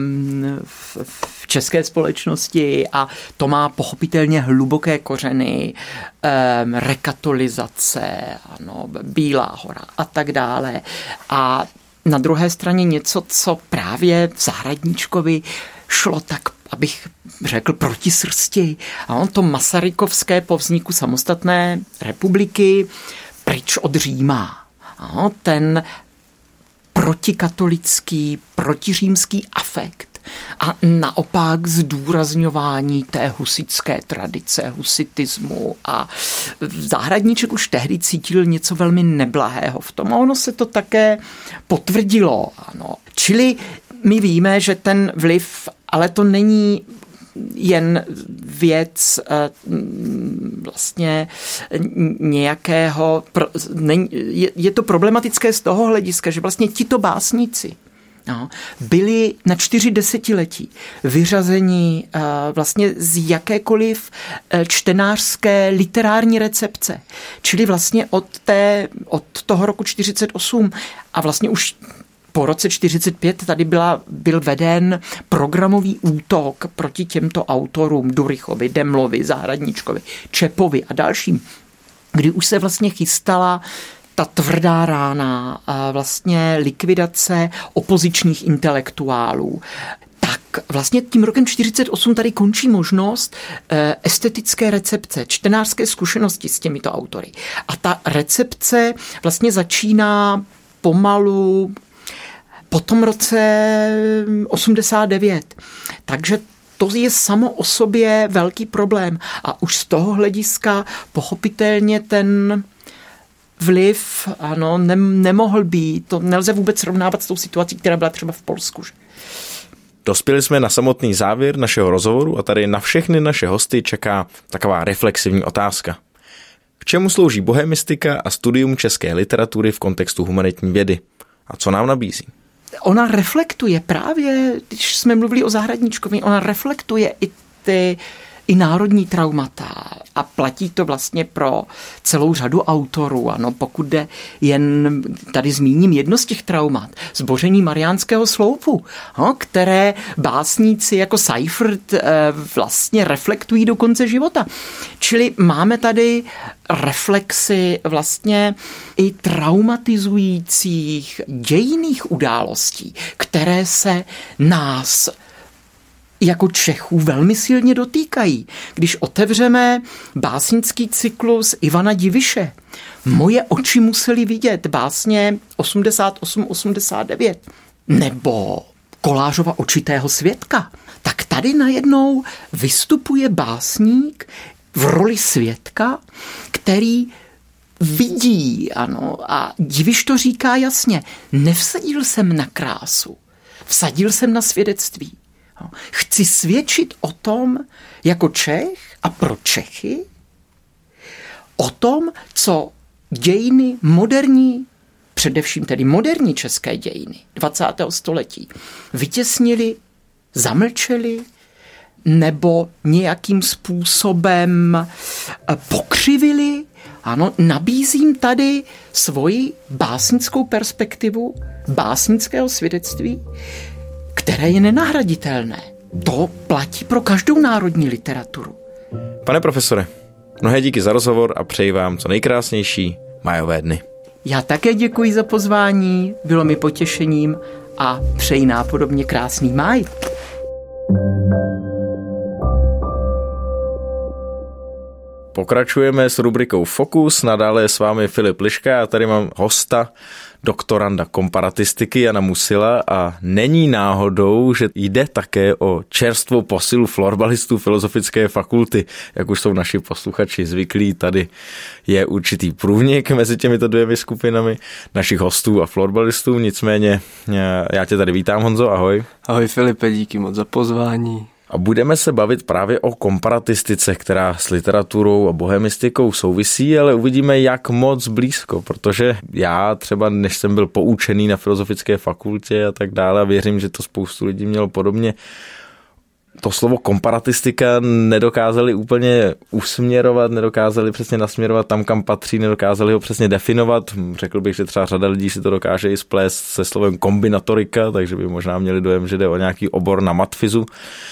v české společnosti a to má pochopitelně hluboké kořeny, rekatolizace, ano, Bílá hora a tak dále. A na druhé straně něco, co právě v Zahradníčkovi šlo tak, abych řekl, proti srsti. A to masarykovské po vzniku samostatné republiky pryč od Říma. A ten protikatolický, protiřímský afekt a naopak zdůrazňování té husitské tradice, husitismu a Zahradníček už tehdy cítil něco velmi neblahého v tom a ono se to také potvrdilo. Ano. Čili my víme, že ten vliv, ale to není jen věc vlastně nějakého, je to problematické z toho hlediska, že vlastně tito básníci byli na 4 desetiletí vyřazeni vlastně z jakékoliv čtenářské literární recepce. Čili vlastně od toho roku 48 a vlastně už po roce 45 tady byl veden programový útok proti těmto autorům Durychovi, Demlovi, Zahradníčkovi, Čepovi a dalším, kdy už se vlastně chystala ta tvrdá rána, vlastně likvidace opozičních intelektuálů. Tak vlastně tím rokem 48 tady končí možnost estetické recepce, čtenářské zkušenosti s těmito autory. A ta recepce vlastně začíná pomalu po tom roce 89. Takže to je samo o sobě velký problém. A už z toho hlediska pochopitelně ten vliv, ano, nemohl být. To nelze vůbec srovnávat s tou situací, která byla třeba v Polsku. Dospěli jsme na samotný závěr našeho rozhovoru a tady na všechny naše hosty čeká taková reflexivní otázka. K čemu slouží bohemistika a studium české literatury v kontextu humanitní vědy? A co nám nabízí? Ona reflektuje právě, když jsme mluvili o Zahradníčkovi, ona reflektuje i národní traumata a platí to vlastně pro celou řadu autorů. Ano, pokud jde jen, tady zmíním jedno z těch traumat, zboření Mariánského sloupu, které básníci jako Seifert vlastně reflektují do konce života. Čili máme tady reflexy vlastně i traumatizujících dějinných událostí, které se nás jako Čechů velmi silně dotýkají. Když otevřeme básnický cyklus Ivana Diviše, Moje oči museli vidět, básně 88-89, nebo Kolářova Očitého svědka, tak tady najednou vystupuje básník v roli svědka, který vidí, ano, a Diviš to říká jasně, nevsadil jsem na krásu, vsadil jsem na svědectví. Chci svědčit o tom jako Čech a pro Čechy, o tom, co dějiny moderní, především tedy moderní české dějiny 20. století vytěsnili, zamlčeli nebo nějakým způsobem pokřivili. Ano, nabízím tady svoji básnickou perspektivu, básnického svědectví, které je nenahraditelné. To platí pro každou národní literaturu. Pane profesore, mnohé díky za rozhovor a přeji vám co nejkrásnější májové dny. Já také děkuji za pozvání, bylo mi potěšením a přeji nápodobně krásný máj. Pokračujeme s rubrikou Fokus, nadále je s vámi Filip Liška, já tady mám hosta, doktoranda komparatistiky Jana Musila a není náhodou, že jde také o čerstvou posilu florbalistů Filozofické fakulty, jak už jsou naši posluchači zvyklí, tady je určitý průnik mezi těmito dvěmi skupinami našich hostů a florbalistů, nicméně já tě tady vítám, Honzo, ahoj. Ahoj Filipe, díky moc za pozvání. A budeme se bavit právě o komparatistice, která s literaturou a bohemistikou souvisí, ale uvidíme, jak moc blízko, protože já třeba, než jsem byl poučený na Filozofické fakultě a tak dále, a věřím, že to spoustu lidí mělo podobně, to slovo komparatistika nedokázali úplně usměrovat, nedokázali přesně nasměrovat tam, kam patří, nedokázali ho přesně definovat. Řekl bych, že třeba řada lidí si to dokáže i splést se slovem kombinatorika, takže by možná měli dojem, že jde o nějaký obor na matfizu.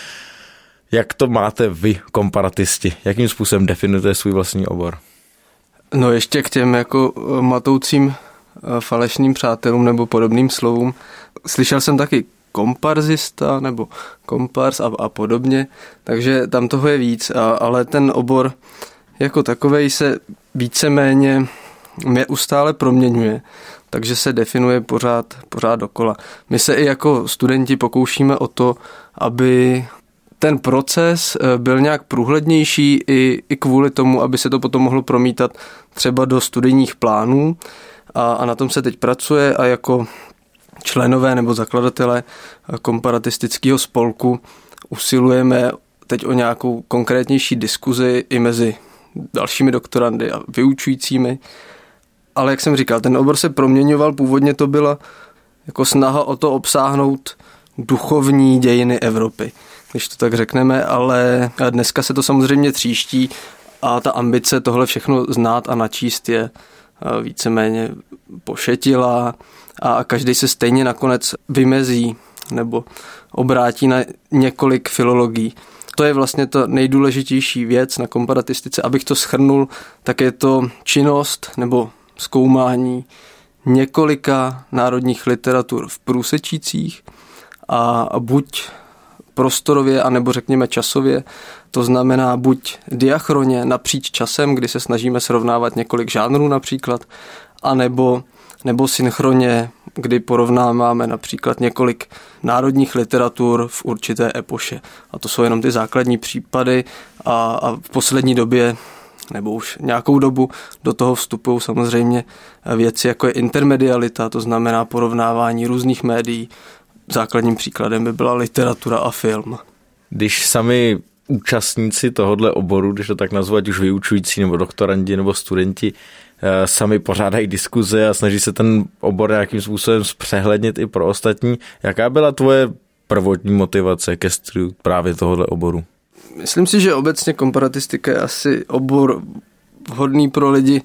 Jak to máte vy, komparatisti? Jakým způsobem definujete svůj vlastní obor? No ještě k těm jako matoucím falešným přátelům nebo podobným slovům. Slyšel jsem taky komparzista nebo kompars a podobně, takže tam toho je víc, ale ten obor jako takovej se víceméně neustále proměňuje, takže se definuje pořád dokola. My se i jako studenti pokoušíme o to, aby ten proces byl nějak průhlednější i kvůli tomu, aby se to potom mohlo promítat třeba do studijních plánů a na tom se teď pracuje a jako členové nebo zakladatelé komparatistického spolku usilujeme teď o nějakou konkrétnější diskuzi i mezi dalšími doktorandy a vyučujícími. Ale jak jsem říkal, ten obor se proměňoval, původně to byla jako snaha o to obsáhnout duchovní dějiny Evropy, když to tak řekneme, ale dneska se to samozřejmě tříští a ta ambice tohle všechno znát a načíst je víceméně pošetilá a každý se stejně nakonec vymezí nebo obrátí na několik filologií. To je vlastně ta nejdůležitější věc na komparatistice. Abych to shrnul, tak je to činnost nebo zkoumání několika národních literatur v průsečících a buď prostorově, anebo řekněme časově. To znamená buď diachroně napříč časem, kdy se snažíme srovnávat několik žánrů například, anebo synchronně, kdy porovnáváme například několik národních literatur v určité epoše. A to jsou jenom ty základní případy a v poslední době nebo už nějakou dobu do toho vstupují samozřejmě věci, jako je intermedialita, to znamená porovnávání různých médií. Základním příkladem by byla literatura a film. Když sami účastníci tohohle oboru, když to tak nazvu, ať už vyučující nebo doktorandi nebo studenti, sami pořádají diskuze a snaží se ten obor nějakým způsobem zpřehlednit i pro ostatní, jaká byla tvoje prvotní motivace ke studiu právě tohohle oboru? Myslím si, že obecně komparatistika je asi obor vhodný pro lidi,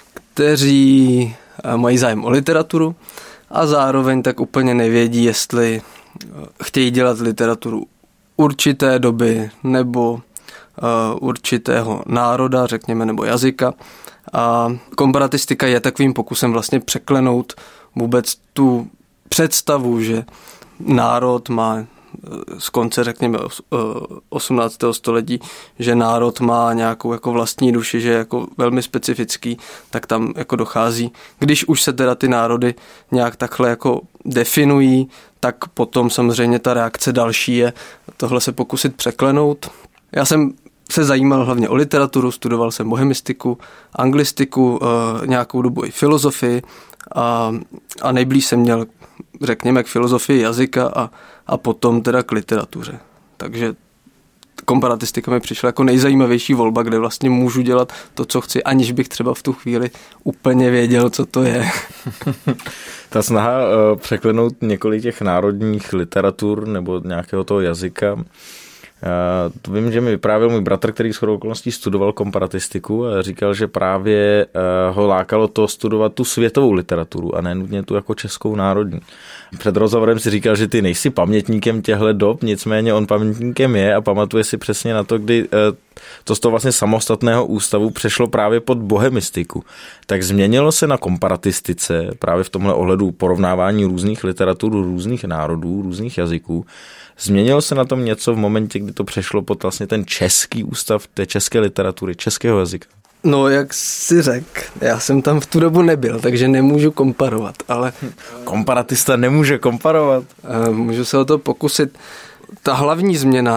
kteří mají zájem o literaturu a zároveň tak úplně nevědí, jestli chtějí dělat literaturu určité doby nebo určitého národa, řekněme, nebo jazyka. A komparatistika je takovým pokusem vlastně překlenout vůbec tu představu, že národ má z konce, řekněme, 18. století, že národ má nějakou jako vlastní duši, že je jako velmi specifický, tak tam jako dochází. Když už se teda ty národy nějak takhle jako definují, tak potom samozřejmě ta reakce další je tohle se pokusit překlenout. Já jsem se zajímal hlavně o literaturu, studoval jsem bohemistiku, anglistiku, nějakou dobu i filozofii a nejblíž jsem měl, řekněme, k filozofii jazyka a potom teda k literatuře. Takže komparatistika mi přišla jako nejzajímavější volba, kde vlastně můžu dělat to, co chci, aniž bych třeba v tu chvíli úplně věděl, co to je. Ta snaha překlenout několik těch národních literatur nebo nějakého toho jazyka, to vím, že mi vyprávěl můj bratr, který shodou okolností studoval komparatistiku a říkal, že právě ho lákalo to studovat tu světovou literaturu a ne nutně tu jako českou národní. Před rozhovorem si říkal, že ty nejsi pamětníkem těchto dob, nicméně on pamětníkem je a pamatuje si přesně na to, kdy to z toho vlastně samostatného ústavu přešlo právě pod bohemistiku. Tak změnilo se na komparatistice právě v tomhle ohledu porovnávání různých literatur, různých národů, různých jazyků. Změnilo se na tom něco v momentě, kdy to přešlo pod vlastně ten český ústav té české literatury, českého jazyka? No, jak si řekl, já jsem tam v tu dobu nebyl, takže nemůžu komparovat, ale... Komparatista nemůže komparovat. Můžu se o to pokusit. Ta hlavní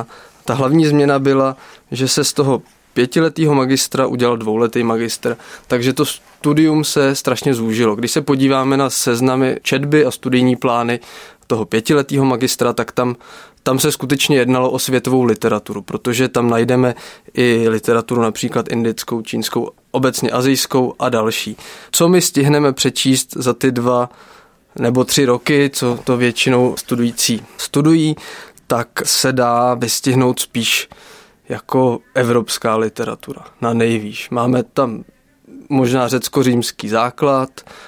změna byla, že se z toho 5letého magistra udělal 2letý magistr, takže to studium se strašně zúžilo. Když se podíváme na seznamy četby a studijní plány toho 5letého magistra, tak tam se skutečně jednalo o světovou literaturu, protože tam najdeme i literaturu například indickou, čínskou, obecně asijskou a další. Co my stihneme přečíst za ty 2 nebo 3 roky, co to většinou studující studují, tak se dá vystihnout spíš jako evropská literatura na nejvýš. Máme tam možná řecko-římský základ,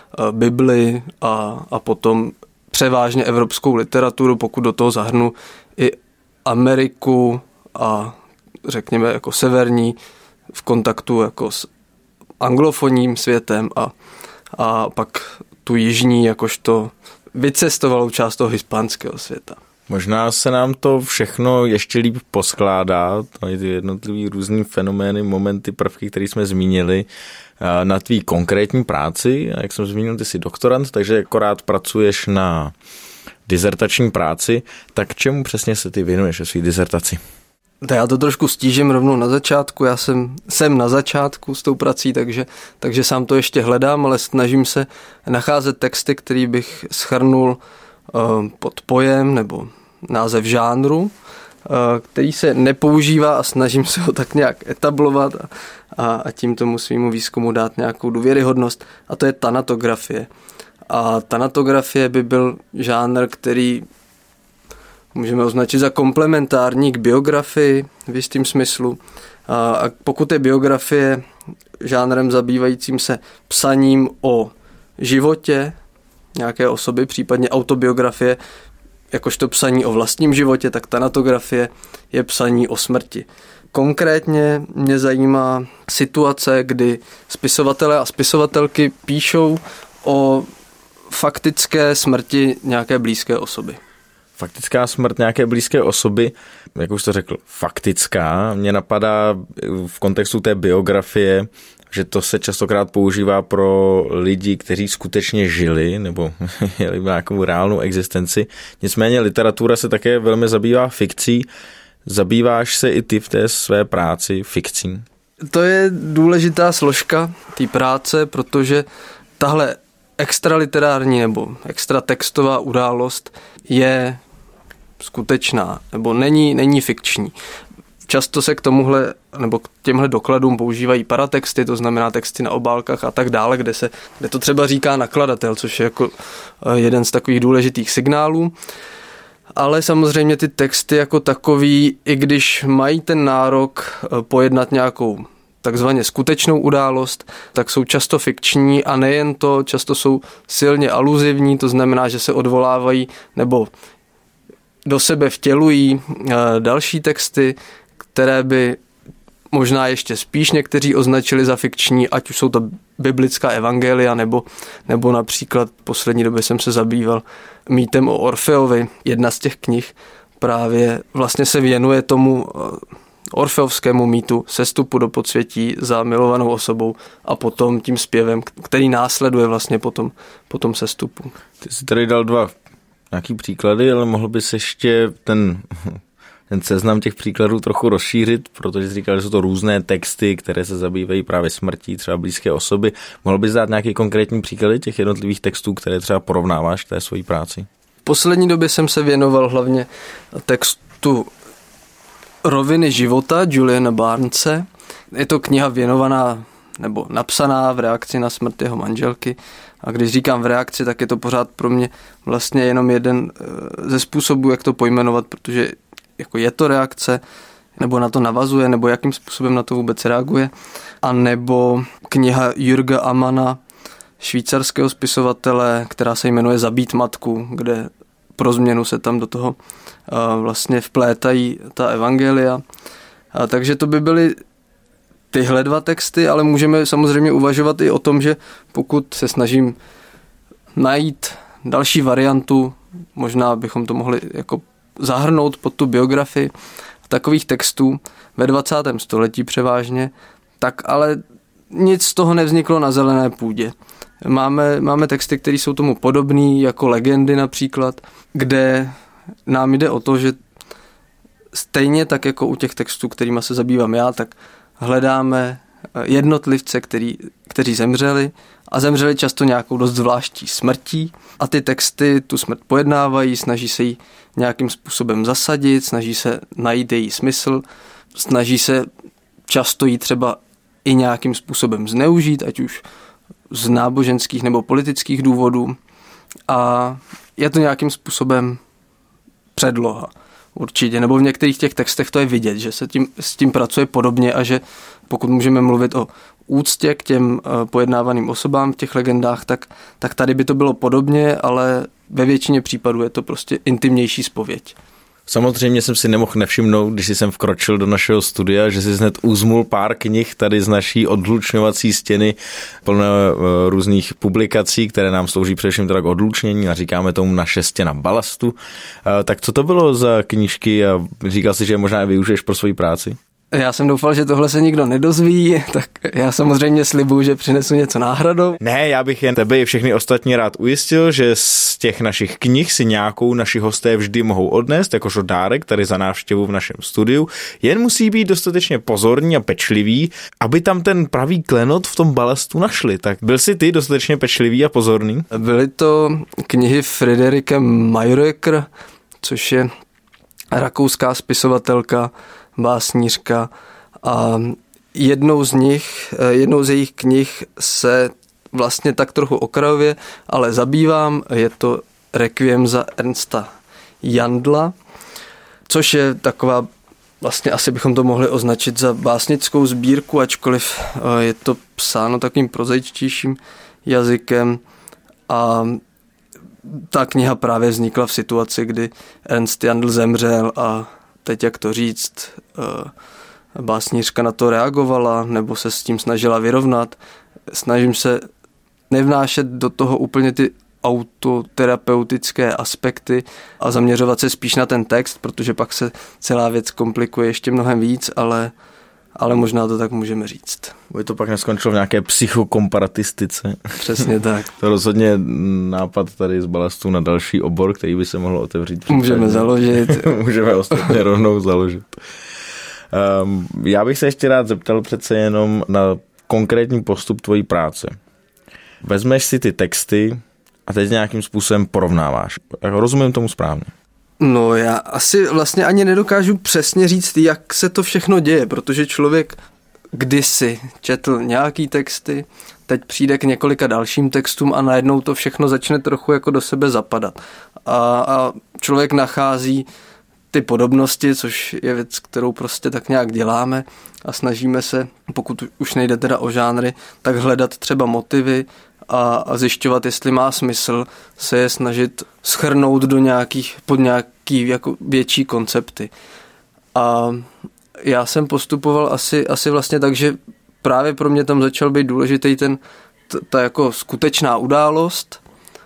Bibli a potom převážně evropskou literaturu, pokud do toho zahrnu i Ameriku a řekněme jako severní v kontaktu jako s anglofonním světem a pak tu jižní jakožto vycestovalou část toho hispánského světa. Možná se nám to všechno ještě líp poskládá, ty jednotlivý různý fenomény, momenty, prvky, které jsme zmínili na tvý konkrétní práci. A jak jsem zmínil, ty jsi doktorant, takže akorát pracuješ na dizertační práci, tak čemu přesně se ty věnuješ ve své dizertaci? Já to trošku stížím rovnou na začátku, já jsem na začátku s tou prací, takže sám to ještě hledám, ale snažím se nacházet texty, který bych shrnul pod pojem nebo název žánru, který se nepoužívá a snažím se ho tak nějak etablovat a tím tomu svýmu výzkumu dát nějakou důvěryhodnost, a to je tanatografie. A tanatografie by byl žánr, který můžeme označit za komplementární k biografii v jistým smyslu. A pokud je biografie žánrem zabývajícím se psaním o životě nějaké osoby, případně autobiografie, jakožto psaní o vlastním životě, tak tanatografie je psaní o smrti. Konkrétně mě zajímá situace, kdy spisovatelé a spisovatelky píšou o faktické smrti nějaké blízké osoby. Faktická smrt nějaké blízké osoby, jak už to řekl, faktická. Mně napadá v kontextu té biografie, že to se častokrát používá pro lidi, kteří skutečně žili nebo měli nějakou reálnou existenci. Nicméně literatura se také velmi zabývá fikcí. Zabýváš se i ty v té své práci fikcí? To je důležitá složka té práce, protože tahle extraliterární nebo extratextová událost je skutečná nebo není fikční. Často se k tomuhle nebo k těmhle dokladům používají paratexty, to znamená texty na obálkách a tak dále, kde to třeba říká nakladatel, což je jako jeden z takových důležitých signálů. Ale samozřejmě ty texty jako takový, i když mají ten nárok pojednat nějakou takzvaně skutečnou událost, tak jsou často fikční a nejen to, často jsou silně aluzivní, to znamená, že se odvolávají nebo do sebe vtělují další texty, které by možná ještě spíš někteří označili za fikční, ať už jsou to biblická evangelia, nebo například v poslední době jsem se zabýval mýtem o Orfeovi. Jedna z těch knih právě vlastně se věnuje tomu orfeovskému mýtu sestupu do podsvětí za milovanou osobou a potom tím zpěvem, který následuje vlastně potom sestupu. Ty jsi tady dal 2 nějaký příklady, ale mohl bys ještě ten seznam těch příkladů trochu rozšířit, protože jsi říkal, že jsou to různé texty, které se zabývají právě smrtí třeba blízké osoby. Mohl bys dát nějaký konkrétní příklady těch jednotlivých textů, které třeba porovnáváš k té své práci? V poslední době jsem se věnoval hlavně textu Roviny života Juliana Barnese. Je to kniha věnovaná nebo napsaná v reakci na smrt jeho manželky. A když říkám v reakci, tak je to pořád pro mě vlastně jenom jeden ze způsobů, jak to pojmenovat, protože jako je to reakce, nebo na to navazuje, nebo jakým způsobem na to vůbec reaguje. A nebo kniha Jürga Amana, švýcarského spisovatele, která se jmenuje Zabít matku, kde pro změnu se tam do toho vlastně vplétají ta evangelia. Takže to by byly tyhle 2 texty, ale můžeme samozřejmě uvažovat i o tom, že pokud se snažím najít další variantu, možná bychom to mohli jako zahrnout pod tu biografii takových textů ve 20. století převážně, tak ale nic z toho nevzniklo na zelené půdě. Máme texty, které jsou tomu podobné, jako Legendy například, kde nám jde o to, že stejně tak jako u těch textů, kterýma se zabývám já, tak hledáme jednotlivce, kteří zemřeli a zemřeli často nějakou dost zvláštní smrtí a ty texty tu smrt pojednávají, snaží se ji nějakým způsobem zasadit, snaží se najít její smysl, snaží se často jí třeba i nějakým způsobem zneužít, ať už z náboženských nebo politických důvodů a je to nějakým způsobem předloha. Určitě, nebo v některých těch textech to je vidět, že se s tím pracuje podobně a že pokud můžeme mluvit o úctě k těm pojednávaným osobám v těch legendách, tak tady by to bylo podobně, ale ve většině případů je to prostě intimnější zpověď. Samozřejmě jsem si nemohl nevšimnout, když jsem vkročil do našeho studia, že si hned uzmul pár knih tady z naší odlučňovací stěny plné různých publikací, které nám slouží především teda k odlučnění a říkáme tomu naše stěna balastu. Tak co to bylo za knížky a říkal si, že je možná využiješ pro svoji práci? Já jsem doufal, že tohle se nikdo nedozví, tak já samozřejmě slibuju, že přinesu něco náhradou. Ne, já bych jen tebe i všechny ostatní rád ujistil, že z těch našich knih si nějakou naši hosté vždy mohou odnést, jakožto dárek tady za návštěvu v našem studiu. Jen musí být dostatečně pozorní a pečlivý, aby tam ten pravý klenot v tom balastu našli. Tak byl jsi ty dostatečně pečlivý a pozorný? Byly to knihy Friederike Mayröcker, což je rakouská spisovatelka, básnířka a jednou z jejich knih se vlastně tak trochu okrajově, ale zabývám, je to Requiem za Ernsta Jandla, což je taková, vlastně asi bychom to mohli označit za básnickou sbírku, ačkoliv je to psáno takovým prozaičtějším jazykem a ta kniha právě vznikla v situaci, kdy Ernst Jandl zemřel a teď, jak to říct, básnířka na to reagovala nebo se s tím snažila vyrovnat. Snažím se nevnášet do toho úplně ty autoterapeutické aspekty a zaměřovat se spíš na ten text, protože pak se celá věc komplikuje ještě mnohem víc, ale možná to tak můžeme říct. By to pak neskončilo v nějaké psychokomparatistice. Přesně tak. To rozhodně nápad tady z balastu na další obor, který by se mohl otevřít. Můžeme založit. Můžeme ostatně rovnou založit. Já bych se ještě rád zeptal přece jenom na konkrétní postup tvojí práce. Vezmeš si ty texty a teď nějakým způsobem porovnáváš. Rozumím tomu správně? No já asi vlastně ani nedokážu přesně říct, jak se to všechno děje, protože člověk kdysi četl nějaký texty, teď přijde k několika dalším textům a najednou to všechno začne trochu jako do sebe zapadat. A člověk nachází ty podobnosti, což je věc, kterou prostě tak nějak děláme a snažíme se, pokud už nejde teda o žánry, tak hledat třeba motivy a zjišťovat, jestli má smysl se je snažit shrnout pod nějaký jako větší koncepty. A já jsem postupoval asi vlastně tak, že právě pro mě tam začal být důležitý ta jako skutečná událost,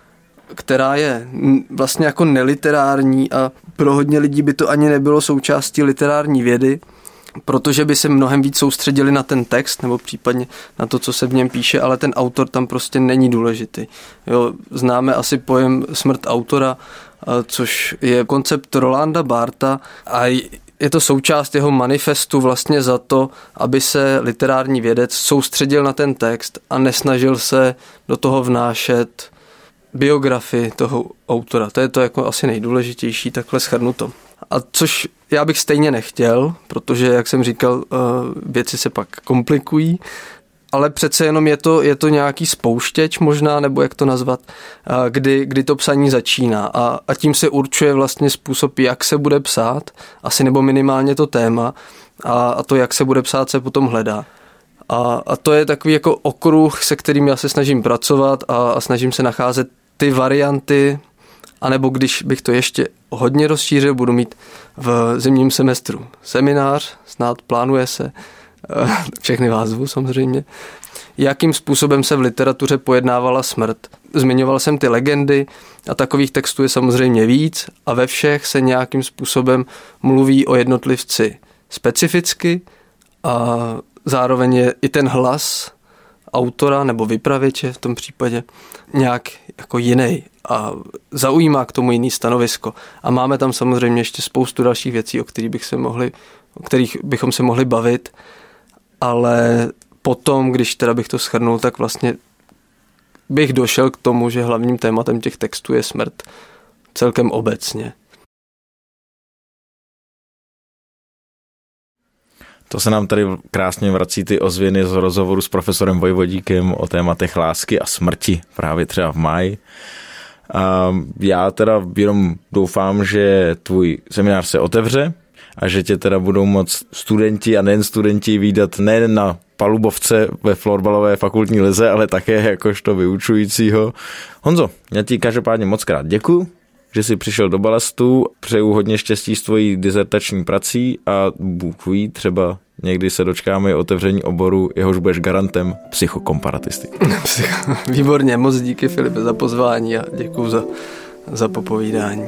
která je vlastně jako neliterární a pro hodně lidí by to ani nebylo součástí literární vědy, protože by se mnohem víc soustředili na ten text nebo případně na to, co se v něm píše, ale ten autor tam prostě není důležitý. Jo, známe asi pojem smrt autora, což je koncept Rolanda Bartha a je to součást jeho manifestu vlastně za to, aby se literární vědec soustředil na ten text a nesnažil se do toho vnášet biografii toho autora. To je to jako asi nejdůležitější, takhle shrnuto. A což já bych stejně nechtěl, protože, jak jsem říkal, věci se pak komplikují, ale přece jenom je to nějaký spouštěč možná, nebo jak to nazvat, kdy to psaní začíná a tím se určuje vlastně způsob, jak se bude psát, asi nebo minimálně to téma a to, jak se bude psát, se potom hledá. A to je takový jako okruh, se kterým já se snažím pracovat a snažím se nacházet ty varianty, anebo když bych to ještě hodně rozšířil, budu mít v zimním semestru seminář, snad plánuje se, všechny vás zvu samozřejmě, jakým způsobem se v literatuře pojednávala smrt. Zmiňoval jsem ty legendy a takových textů je samozřejmě víc a ve všech se nějakým způsobem mluví o jednotlivci specificky a zároveň je i ten hlas autora nebo vypravěče v tom případě nějak jako jiný a zaujímá k tomu jiný stanovisko. A máme tam samozřejmě ještě spoustu dalších věcí, o kterých bychom se mohli bavit, ale potom, když teda bych to shrnul, tak vlastně bych došel k tomu, že hlavním tématem těch textů je smrt celkem obecně. To se nám tady krásně vrací ty ozvěny z rozhovoru s profesorem Vojvodíkem o tématech lásky a smrti, právě třeba v máji. A já teda jenom doufám, že tvůj seminář se otevře a že tě teda budou moc studenti a nejen studenti vídat nejen na palubovce ve florbalové fakultní lize, ale také jakožto vyučujícího. Honzo, já ti každopádně moc krát děkuju, že jsi přišel do Balastu, přeju hodně štěstí s tvojí dizertační prací a Bůh ví, třeba někdy se dočkáme otevření oboru, jehož budeš garantem psychokomparatistiky. Výborně, moc díky Filipe za pozvání a děkuju za popovídání.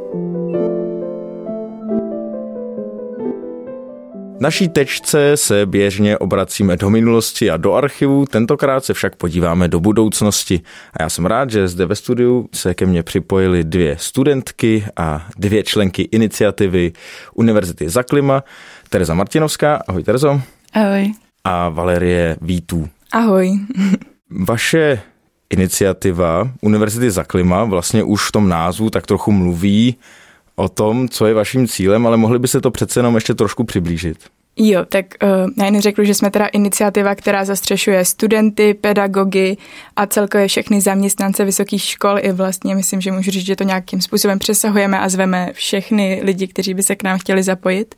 Naší tečce se běžně obracíme do minulosti a do archivu, tentokrát se však podíváme do budoucnosti. A já jsem rád, že zde ve studiu se ke mně připojily 2 studentky a 2 členky iniciativy Univerzity Za klima, Tereza Martinovská, ahoj Terezo. Ahoj. A Valerie Vítů. Ahoj. Vaše iniciativa Univerzity Za klima vlastně už v tom názvu tak trochu mluví o tom, co je vaším cílem, ale mohli by se to přece jenom ještě trošku přiblížit. Jo, tak já jen řeknu, že jsme teda iniciativa, která zastřešuje studenty, pedagogy a celkově všechny zaměstnance vysokých škol i vlastně myslím, že můžu říct, že to nějakým způsobem přesahujeme a zveme všechny lidi, kteří by se k nám chtěli zapojit.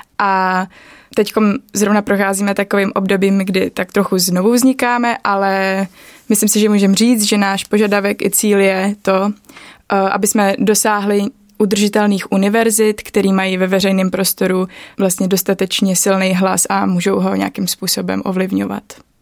A teďkom zrovna procházíme takovým obdobím, kdy tak trochu znovu vznikáme, ale myslím si, že můžeme říct, že náš požadavek i cíl je to, aby jsme dosáhli udržitelných univerzit, který mají ve veřejném prostoru vlastně dostatečně silný hlas a můžou ho nějakým způsobem ovlivňovat.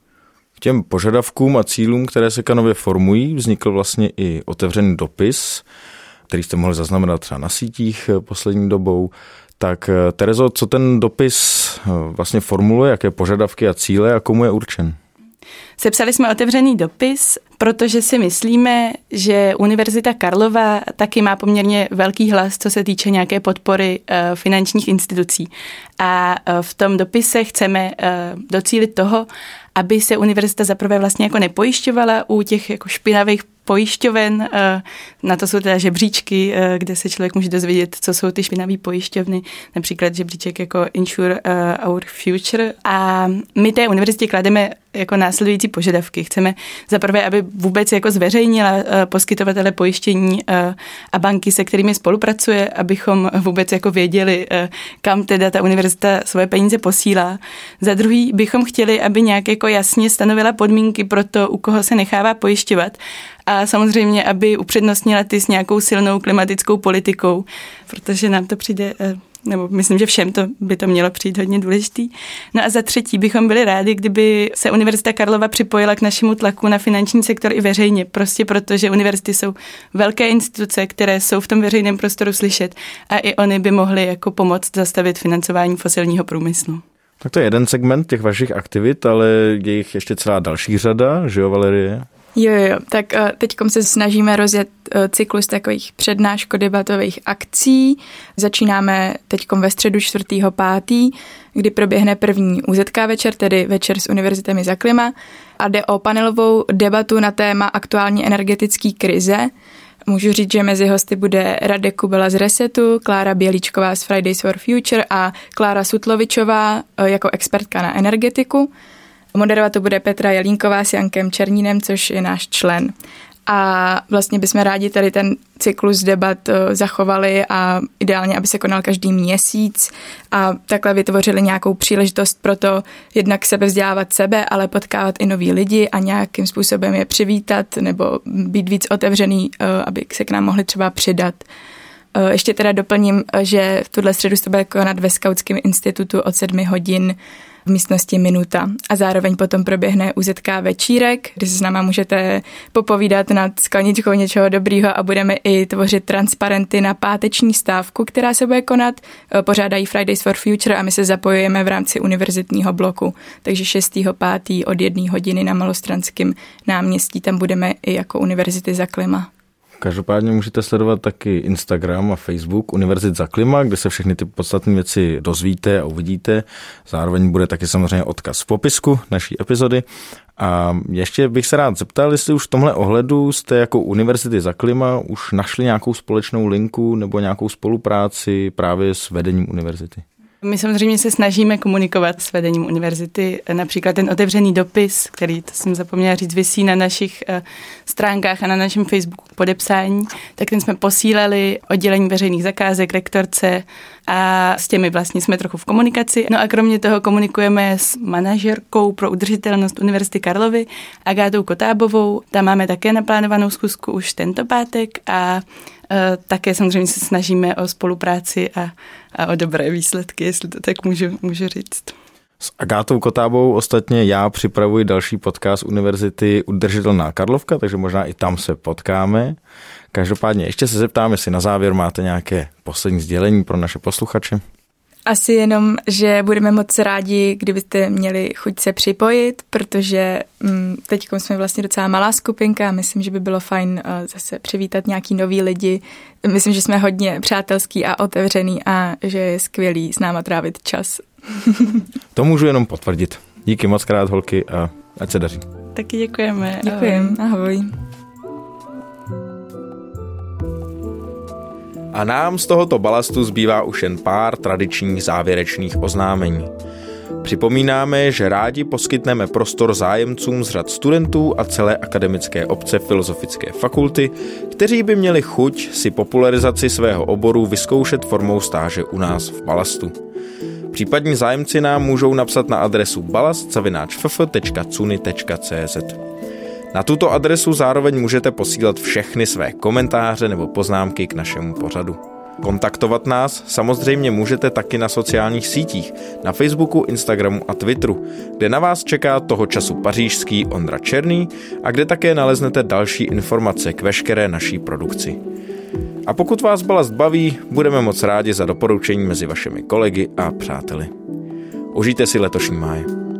K těm požadavkům a cílům, které se kanově formují, vznikl vlastně i otevřený dopis, který jste mohli zaznamenat třeba na sítích poslední dobou. Tak Terezo, co ten dopis vlastně formuluje, jaké požadavky a cíle a komu je určen? Sepsali jsme otevřený dopis, protože si myslíme, že Univerzita Karlova taky má poměrně velký hlas, co se týče nějaké podpory finančních institucí. A v tom dopise chceme docílit toho, aby se univerzita zaprvé vlastně jako nepojišťovala u těch jako špinavých pojišťoven. Na to jsou teda žebříčky, kde se člověk může dozvědět, co jsou ty špinavé pojišťovny, například žebříček jako Insure Our Future. A my té univerzitě klademe jako následující požadavky. Chceme zaprvé, aby vůbec jako zveřejnila poskytovatele pojištění a banky, se kterými spolupracuje, abychom vůbec jako věděli, kam teda ta univerzita svoje peníze posílá. Za druhý bychom chtěli, aby nějak jako jasně stanovila podmínky pro to, u koho se nechává pojišťovat. A samozřejmě, aby upřednostnila ty s nějakou silnou klimatickou politikou, protože nám to přijde, nebo myslím, že všem by to mělo přijít hodně důležitý. No a za třetí bychom byli rádi, kdyby se Univerzita Karlova připojila k našemu tlaku na finanční sektor i veřejně, prostě protože univerzity jsou velké instituce, které jsou v tom veřejném prostoru slyšet a i oni by mohli jako pomoct zastavit financování fosilního průmyslu. Tak to je jeden segment těch vašich aktivit, ale je jich ještě celá další řada, že jo, Valerie? Jo, tak teďkom se snažíme rozjet cyklus takových přednáško-debatových akcí. Začínáme teďkom ve středu 4.5., kdy proběhne první UZK večer, tedy večer s univerzitami Za klima a jde o panelovou debatu na téma aktuální energetické krize. Můžu říct, že mezi hosty bude Radek Kubela z Resetu, Klára Bělíčková z Fridays for Future a Klára Sutlovičová jako expertka na energetiku. Moderovat to bude Petra Jelínková s Jankem Černínem, což je náš člen. A vlastně bychom rádi tady ten cyklus debat zachovali a ideálně, aby se konal každý měsíc a takhle vytvořili nějakou příležitost pro to jednak sebevzdělávat sebe, ale potkávat i nový lidi a nějakým způsobem je přivítat nebo být víc otevřený, aby se k nám mohli třeba přidat. Ještě teda doplním, že v tuhle středu se bude konat ve Skautském institutu od 7 hodin v místnosti Minuta. A zároveň potom proběhne UZK večírek, kde se s náma můžete popovídat nad skleničkou něčeho dobrýho a budeme i tvořit transparenty na páteční stávku, která se bude konat. Pořádají Fridays for Future a my se zapojujeme v rámci univerzitního bloku. Takže 6.5. od 1 hodiny na Malostranském náměstí tam budeme i jako Univerzity za klima. Každopádně můžete sledovat taky Instagram a Facebook Univerzit za klima, kde se všechny ty podstatné věci dozvíte a uvidíte. Zároveň bude taky samozřejmě odkaz v popisku naší epizody. A ještě bych se rád zeptal, jestli už v tomhle ohledu jste jako Univerzity za klima už našli nějakou společnou linku nebo nějakou spolupráci právě s vedením univerzity. My samozřejmě se snažíme komunikovat s vedením univerzity. Například ten otevřený dopis, který, to jsem zapomněla říct, visí na našich stránkách a na našem Facebooku k podepsání, tak ten jsme posílali oddělení veřejných zakázek, rektorce a s těmi vlastně jsme trochu v komunikaci. No a kromě toho komunikujeme s manažerkou pro udržitelnost Univerzity Karlovy, Agátou Kotábovou. Tam máme také naplánovanou schůzku už tento pátek a také samozřejmě se snažíme o spolupráci a o dobré výsledky, jestli to tak můžu říct. S Agátou Kotábovou ostatně já připravuji další podcast Univerzity Udržitelná Karlovka, takže možná i tam se potkáme. Každopádně ještě se zeptám, jestli na závěr máte nějaké poslední sdělení pro naše posluchače. Asi jenom, že budeme moc rádi, kdybyste měli chuť se připojit, protože teď jsme vlastně docela malá skupinka a myslím, že by bylo fajn zase přivítat nějaký nový lidi. Myslím, že jsme hodně přátelský a otevřený a že je skvělý s náma trávit čas. To můžu jenom potvrdit. Díky moc krát, holky, a ať se daří. Taky děkujeme. Děkujeme, ahoj. A nám z tohoto balastu zbývá už jen pár tradičních závěrečných oznámení. Připomínáme, že rádi poskytneme prostor zájemcům z řad studentů a celé akademické obce Filozofické fakulty, kteří by měli chuť si popularizaci svého oboru vyzkoušet formou stáže u nás v balastu. Případní zájemci nám můžou napsat na adresu balast@ff.cuny.cz. Na tuto adresu zároveň můžete posílat všechny své komentáře nebo poznámky k našemu pořadu. Kontaktovat nás samozřejmě můžete taky na sociálních sítích, na Facebooku, Instagramu a Twitteru, kde na vás čeká toho času pařížský Ondra Černý a kde také naleznete další informace k veškeré naší produkci. A pokud vás balast baví, budeme moc rádi za doporučení mezi vašimi kolegy a přáteli. Užijte si letošní máj.